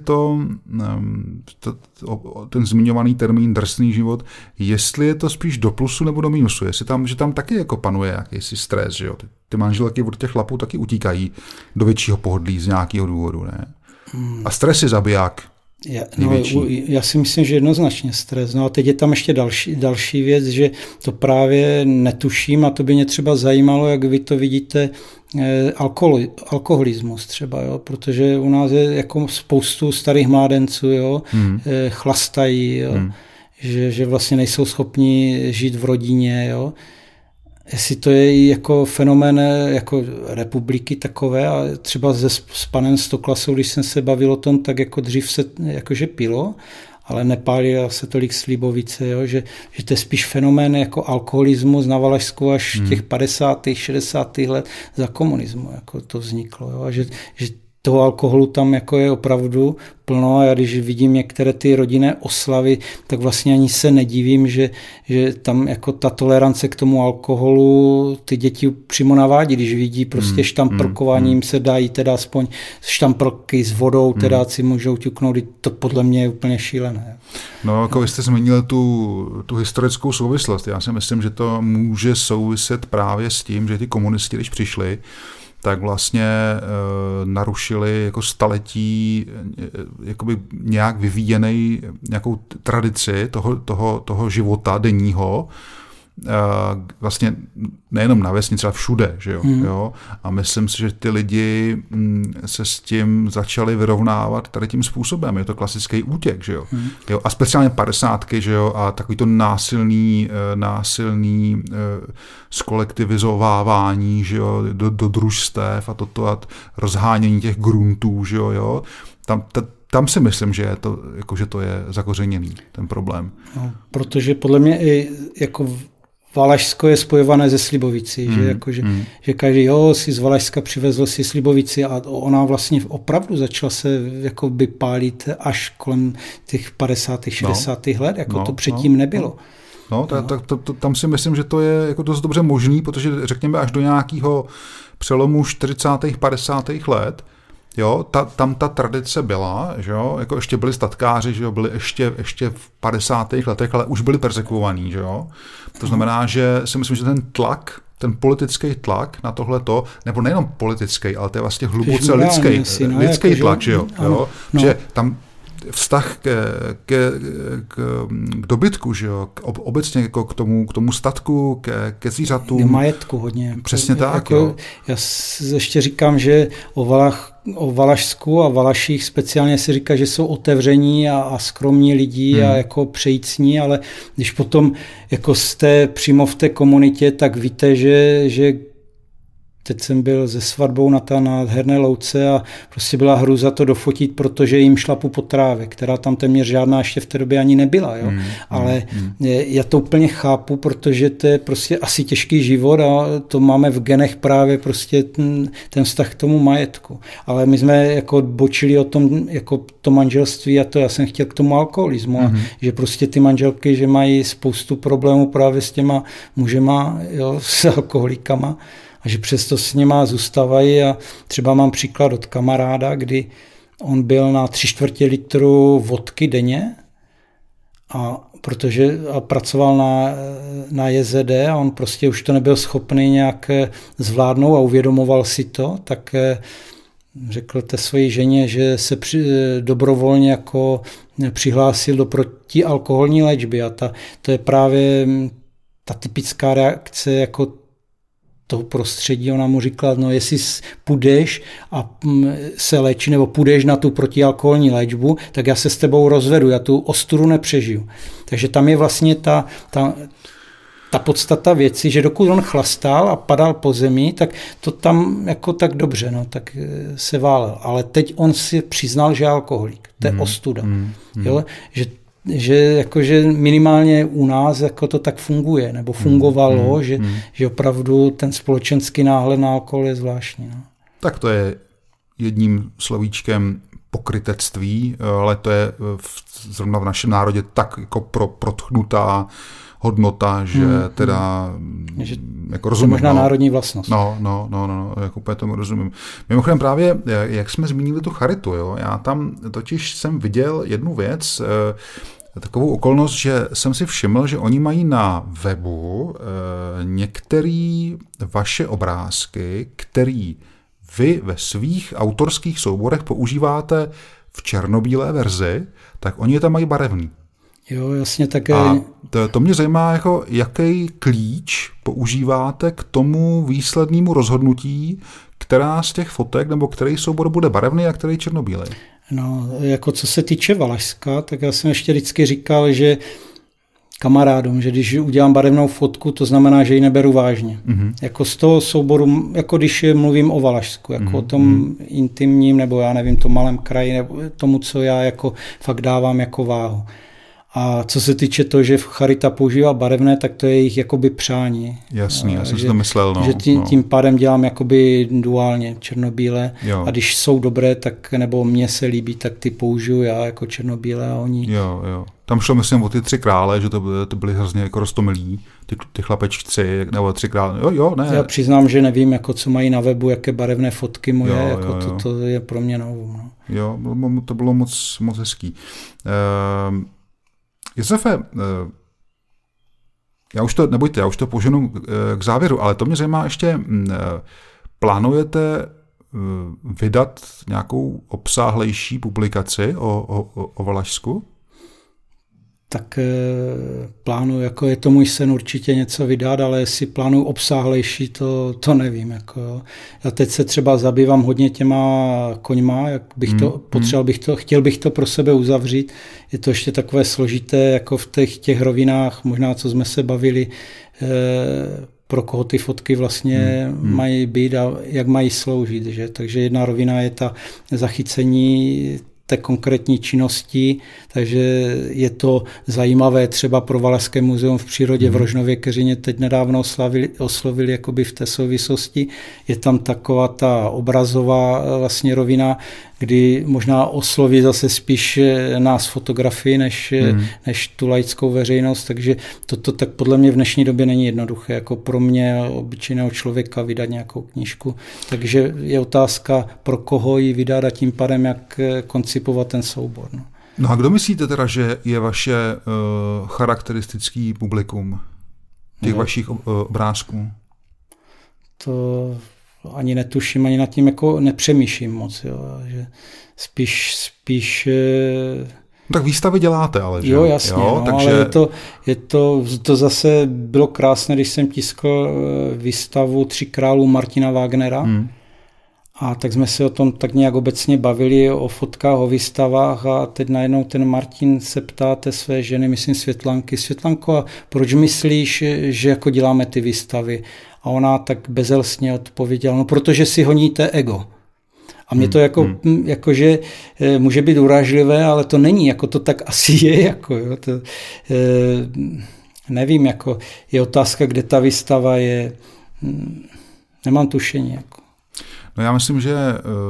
ten zmiňovaný termín drsný život, jestli je to spíš do plusu nebo do mínusu, že tam taky jako panuje jakýsi stres, že jo? Ty manželky od těch chlapů taky utíkají do většího pohodlí z nějakého důvodu, ne? A stres je zabiják. Já si myslím, že jednoznačně stres. No a teď je tam ještě další věc, že to právě netuším a to by mě třeba zajímalo, jak vy to vidíte, alkoholismus třeba, jo? Protože u nás je jako spoustu starých mládenců, jo? Chlastají, jo? Že vlastně nejsou schopni žít v rodině, jo? Jestli to je jako fenomén jako republiky takové a třeba s panem Stoklasou, když jsem se bavil o tom, tak jako dřív se jakože pilo, ale nepálilo se tolik Slibovice, jo, že to je spíš fenomén jako alkoholismus na Valašsku až těch 50. 60. let za komunismu jako to vzniklo, jo, a že toho alkoholu tam jako je opravdu plno a já když vidím některé ty rodinné oslavy, tak vlastně ani se nedivím, že tam jako ta tolerance k tomu alkoholu ty děti přímo navádí, když vidí prostě štamprkováním se dají teda aspoň štamprky s vodou, teda si můžou ťuknout, to podle mě je úplně šílené. No, jako vy jste zmínil tu historickou souvislost. Já si myslím, že to může souviset právě s tím, že ty komunisti, když přišli, tak vlastně narušili jako staletí jakoby nějak vyvíjený nějakou tradici toho života denního, vlastně nejenom na vesnici, ale všude, že jo? Jo? A myslím si, že ty lidi se s tím začali vyrovnávat tady tím způsobem. Je to klasický útěk, že jo? Jo? A speciálně 50, že jo? A takový to násilný skolektivizovávání, že jo? Do družstev a toto rozhánění těch gruntů, že jo? Tam si myslím, že to je zakořeněný, ten problém. No, protože podle mě i jako Valašsko je spojované ze Slibovicí, že každý si z Valašska přivezl si Slibovici a ona vlastně opravdu začala se jakoby pálit až kolem těch 50. 60. let, jako to předtím nebylo. Tam si myslím, že to je jako dost dobře možný, protože řekněme až do nějakého přelomu 40. 50. let, jo, tam ta tradice byla, že jo, jako ještě byli statkáři, že jo, byli ještě v 50. letech, ale už byli perzekvovaní, že jo. To znamená, že si myslím, že ten politický tlak na tohleto, nebo nejenom politický, ale to je vlastně hluboce lidský tlak, že jo, že tam vztah k dobytku, že jo, obecně jako k tomu statku, ke zvířatům. K majetku hodně. Přesně tak, jako, jo. Já ještě říkám, že o Valašsku a Valaších speciálně se říká, že jsou otevření a skromní lidi a jako přejícní, ale když potom jako jste přímo v té komunitě, tak víte, že teď jsem byl se svatbou na té nádherné louce a prostě byla hrůza to dofotit, protože jim šlapu po trávě, která tam téměř žádná ještě v té době ani nebyla. Jo? Ale já to úplně chápu, protože to je prostě asi těžký život a to máme v genech právě prostě ten vztah k tomu majetku. Ale my jsme jako bočili o tom, jako to manželství a to já jsem chtěl k tomu alkoholismu. A že prostě ty manželky, že mají spoustu problémů právě s těma mužema, jo, s alkoholikama, a že přesto s nima zůstávají a třeba mám příklad od kamaráda, kdy on byl na 3/4 litru vodky denně a pracoval na JZD a on prostě už to nebyl schopný nějak zvládnout a uvědomoval si to, tak řekl té své ženě, že se dobrovolně jako přihlásil do protialkoholní léčby a to je právě ta typická reakce jako toho prostředí, ona mu říkala, no jestli půjdeš a se léčí, nebo půjdeš na tu protialkoholní léčbu, tak já se s tebou rozvedu, já tu ostudu nepřežiju. Takže tam je vlastně ta podstata věci, že dokud on chlastal a padal po zemi, tak to tam jako tak dobře, no, tak se válel. Ale teď on si přiznal, že je alkoholik. To je ostuda. Jo? Že jakože minimálně u nás jako to tak funguje, nebo fungovalo, že opravdu ten společenský náhled na alkohol je zvláštní. No. Tak to je jedním slovíčkem pokrytectví, ale to je zrovna v našem národě tak jako protchnutá hodnota, že teda jako rozumím. To je možná národní vlastnost. No, jako úplně tomu rozumím. Mimochodem právě, jak jsme zmínili tu charitu, jo, já tam totiž jsem viděl jednu věc, takovou okolnost, že jsem si všiml, že oni mají na webu některé vaše obrázky, který vy ve svých autorských souborech používáte v černobílé verzi, tak oni je tam mají barevný. Jo, jasně také. A to mě zajímá, jako, jaký klíč používáte k tomu výslednému rozhodnutí, která z těch fotek, nebo který soubor bude barevný a který černobílý. No, jako co se týče Valašska, tak já jsem ještě vždycky říkal, že kamarádům, že když udělám barevnou fotku, to znamená, že ji neberu vážně. Jako z toho souboru, jako když mluvím o Valašsku, jako o tom intimním, nebo já nevím, tom malém kraji, nebo tomu, co já jako fakt dávám jako váhu. A co se týče toho, že Charita používá barevné, tak to je jejich jakoby přání. Jasný, já jsem si to myslel. No, že tím pádem dělám jakoby duálně černobílé. Jo. A když jsou dobré, tak nebo mně se líbí, tak ty použiju já jako černobílé a oni. Jo. Tam šlo, myslím, o ty 3 krále, že to byly hrozně jako roztomilí, ty chlapečky 3, nebo 3 krále. Jo, ne. Já přiznám, že nevím, jako co mají na webu, jaké barevné fotky moje, jo. To je pro mě novou. No. Jo, to bylo moc hezký. Josefe, já už to poženu k závěru, ale to mě zajímá ještě, plánujete vydat nějakou obsáhlejší publikaci o Valašsku? Tak plánuju, jako je to můj sen určitě něco vydat, ale jestli plánuju obsáhlejší, to nevím. Jako, jo. Já teď se třeba zabývám hodně těma koňma, jak bych chtěl bych to pro sebe uzavřít. Je to ještě takové složité, jako v těch rovinách, možná co jsme se bavili, pro koho ty fotky vlastně mají být a jak mají sloužit. Že? Takže jedna rovina je ta zachycení té konkrétní činnosti, takže je to zajímavé třeba pro Valašské muzeum v přírodě v Rožnově Keřině teď nedávno oslovili jakoby v té souvislosti. Je tam taková ta obrazová vlastně rovina, kdy možná osloví zase spíš nás fotografii, než tu laickou veřejnost, takže toto tak podle mě v dnešní době není jednoduché, jako pro mě obyčejného člověka vydat nějakou knížku. Takže je otázka, pro koho ji vydat a tím pádem, jak koncipovat ten soubor. No a kdo myslíte teda, že je vaše charakteristický publikum těch vašich obrázků? To ani netuším, ani nad tím jako nepřemýšlím moc. Jo, že spíš no, tak výstavy děláte, ale že? Jo, jasně, jo, no, takže... ale to zase bylo krásné, když jsem tiskl výstavu 3 králů Martina Wagnera. A tak jsme se o tom tak nějak obecně bavili, o fotkách, o výstavách a teď najednou ten Martin se ptá té své ženy, myslím Světlanky, Světlanko, a proč myslíš, že jako děláme ty výstavy? A ona tak bezelstně odpověděla, no protože si honíte ego. A mě to jakože může být urážlivé, ale to není, jako to tak asi je, jako jo, to, nevím, jako je otázka, kde ta výstava je, nemám tušení, jako. No já myslím, že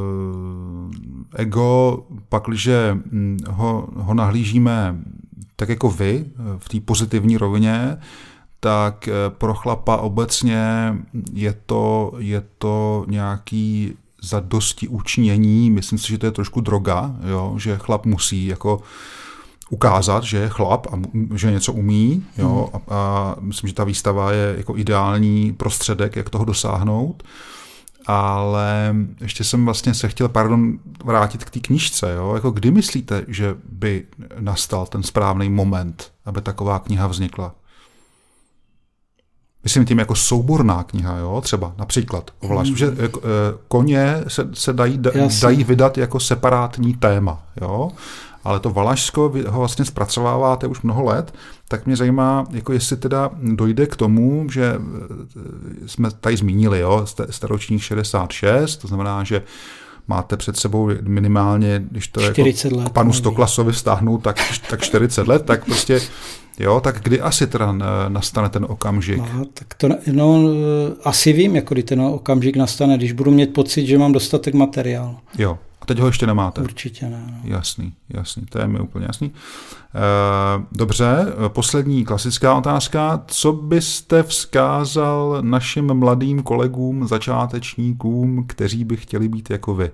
ego, pakliže ho nahlížíme tak jako vy, v té pozitivní rovině, tak pro chlapa obecně je to nějaký zadosti učinění, myslím si, že to je trošku droga, jo? Že chlap musí jako ukázat, že je chlap a že něco umí, jo? A myslím, že ta výstava je jako ideální prostředek, jak toho dosáhnout. Ale ještě jsem vlastně se chtěl, vrátit k té knížce. Jo? Jako kdy myslíte, že by nastal ten správný moment, aby taková kniha vznikla? Myslím tím jako souborná kniha, jo, třeba například. Že koně se dají vydat jako separátní téma, jo. Ale to Valašsko, vy ho vlastně zpracováváte už mnoho let, tak mě zajímá, jako jestli teda dojde k tomu, že jsme tady zmínili, jo, jste ročník 66, to znamená, že máte před sebou minimálně, když to jako let, k panu Stoklasovi vztáhnu, tak 40 let, tak prostě, jo, tak kdy asi teda nastane ten okamžik? Asi vím, jako kdy ten okamžik nastane, když budu mít pocit, že mám dostatek materiálu. Jo. A teď ho ještě nemáte? Určitě ne. No. Jasný, to je mi úplně jasný. Dobře, poslední klasická otázka. Co byste vzkázal našim mladým kolegům, začátečníkům, kteří by chtěli být jako vy?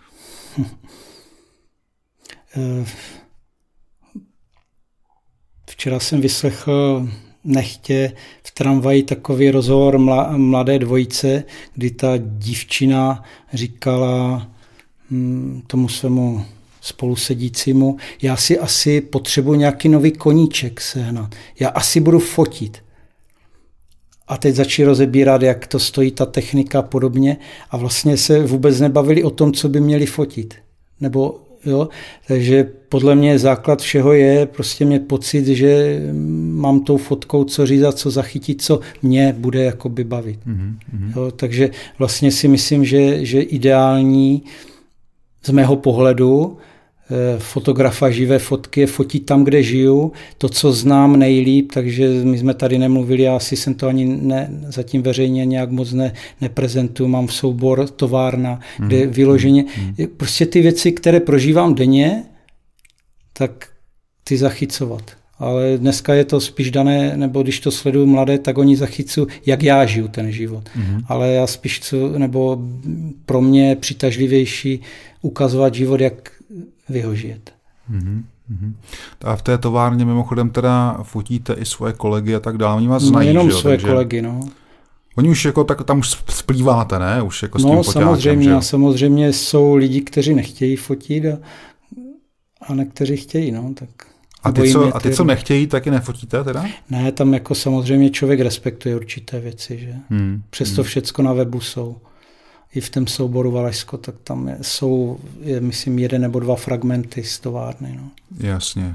Včera jsem vyslechl nechtě v tramvaji takový rozhovor mladé dvojice, kdy ta dívčina říkala tomu svému spolusedícímu, já si asi potřebuji nějaký nový koníček sehnat. Já asi budu fotit. A teď začali rozebírat, jak to stojí ta technika a podobně a vlastně se vůbec nebavili o tom, co by měli fotit. Nebo, jo, takže podle mě základ všeho je prostě mít pocit, že mám tou fotkou co řízat, co zachytit, co mě bude jakoby bavit. Jo, takže vlastně si myslím, že ideální z mého pohledu fotografa živé fotky je fotit tam, kde žiju, to, co znám nejlíp, takže my jsme tady nemluvili, já asi jsem to ani zatím veřejně nějak moc neprezentuju, mám soubor továrna, kde vyloženě, prostě ty věci, které prožívám denně, tak ty zachycovat. Ale dneska je to spíš dané, nebo když to sleduju mladé, tak oni zachycují, jak já žiju ten život. Ale já spíš nebo pro mě je přitažlivější ukazovat život, jak vy ho žijete. A v té továrně mimochodem teda fotíte i svoje kolegy a tak dále. Oni vás znají, jenom že jo? Svoje kolegy, no. Oni už jako tak tam už splýváte, ne? Už jako s tím foťáčem, samozřejmě, a samozřejmě jsou lidi, kteří nechtějí fotit a někteří chtějí, no, tak. A ty, co nechtějí, taky nefotíte teda? Ne, tam jako samozřejmě člověk respektuje určité věci, že? Přesto všecko na webu jsou. I v tom souboru Valašsko, tak tam jsou, myslím, 1 nebo 2 fragmenty z továrny. No. Jasně.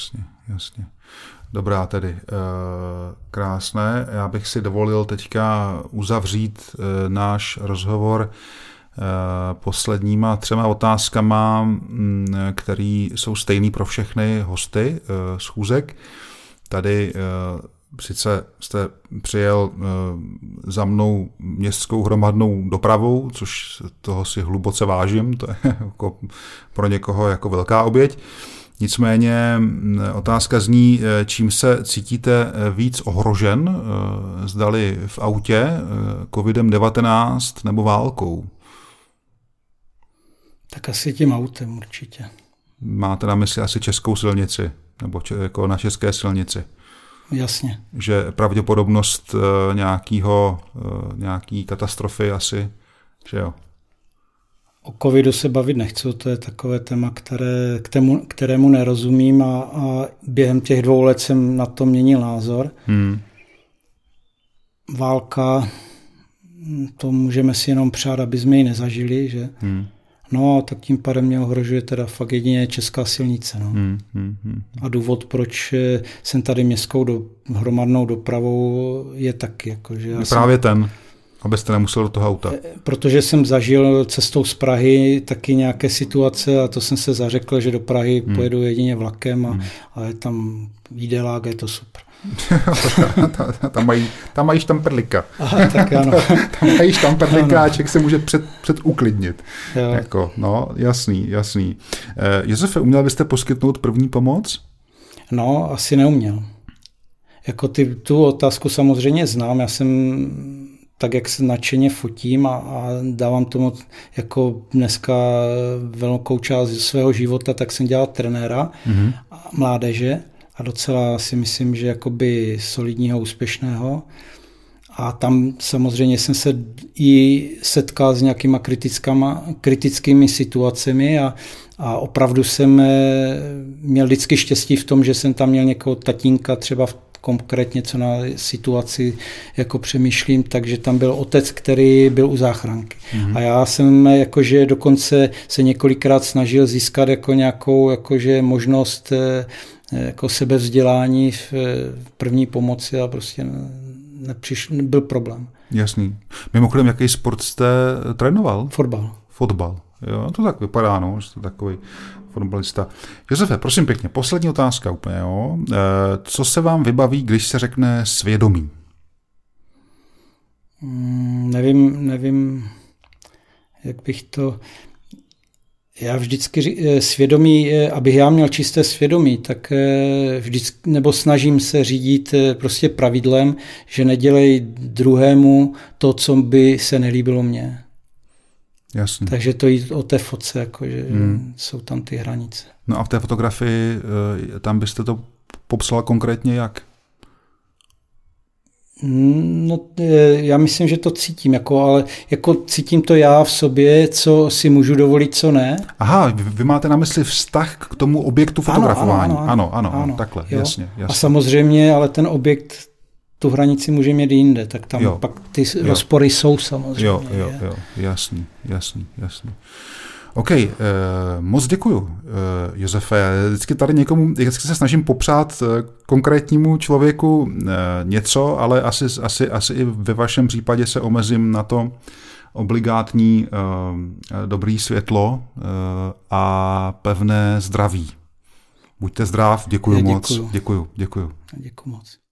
Dobrá tedy, krásné. Já bych si dovolil teďka uzavřít náš rozhovor posledníma 3 otázkama, které jsou stejný pro všechny hosty schůzek. Tady sice jste přijel za mnou městskou hromadnou dopravou, což toho si hluboce vážím, to je jako pro někoho jako velká oběť. Nicméně otázka zní, čím se cítíte víc ohrožen, zdali v autě, COVID-19 nebo válkou? Tak asi tím autem určitě. Máte na mysli asi českou silnici, nebo jako na české silnici? Jasně. Že pravděpodobnost nějaký katastrofy asi, že jo? O covidu se bavit nechci, to je takové téma, kterému nerozumím a během těch 2 let jsem na to měnil názor. Válka, to můžeme si jenom přát, aby jsme ji nezažili, že? No, tak tím pádem mě ohrožuje teda fakt jedině česká silnice. No. A důvod, proč jsem tady městskou hromadnou dopravou, je taky. Jako, že právě ten, abyste nemusel do toho auta. Protože jsem zažil cestou z Prahy taky nějaké situace a to jsem se zařekl, že do Prahy pojedu jedině vlakem a je tam jídelák, je to super. tam mají štamperlika. Aha, tak ano. Tam mají štamperlika a člověk se může předuklidnit. Jako, no, jasný. Josefe, uměl byste poskytnout první pomoc? No, asi neuměl. Jako tu otázku samozřejmě znám. Já jsem tak, jak se nadšeně fotím a dávám tomu jako dneska velkou část svého života, tak jsem dělal trenéra mládeže. A docela si myslím, že jakoby solidního, úspěšného. A tam samozřejmě jsem se i setkal s nějakýma kritickými situacemi a opravdu jsem měl vždycky štěstí v tom, že jsem tam měl někoho tatínka třeba v konkrétně co na situaci jako přemýšlím, takže tam byl otec, který byl u záchranky. A já jsem jakože dokonce se několikrát snažil získat jako nějakou jakože možnost jako sebevzdělání v první pomoci a prostě byl problém. Jasný. Mimochodem, jaký sport jste trénoval? Fotbal. Jo, to tak vypadá, no, že jste takový fotbalista. Josefe, prosím pěkně, poslední otázka úplně, jo. Co se vám vybaví, když se řekne svědomí? Nevím, jak bych to... Já vždycky svědomí, abych já měl čisté svědomí, tak vždycky, nebo snažím se řídit prostě pravidlem, že nedělej druhému to, co by se nelíbilo mně. Jasně. Takže to jít o té fotce, jakože jsou tam ty hranice. No a v té fotografii, tam byste to popsala konkrétně jak? No, já myslím, že to cítím, ale cítím to já v sobě, co si můžu dovolit, co ne. Aha, vy máte na mysli vztah k tomu objektu fotografování. Ano, takhle, jo. Jasně. A samozřejmě, ale ten objekt tu hranici může mít jinde, tak tam pak ty rozpory jsou samozřejmě. Jo, jasný. OK, moc děkuju, Josefe. Vždycky tady vždycky se snažím popřát konkrétnímu člověku něco, ale asi i ve vašem případě se omezím na to obligátní dobrý světlo a pevné zdraví. Buďte zdrav, děkuju moc. Děkuju. Děkuju moc.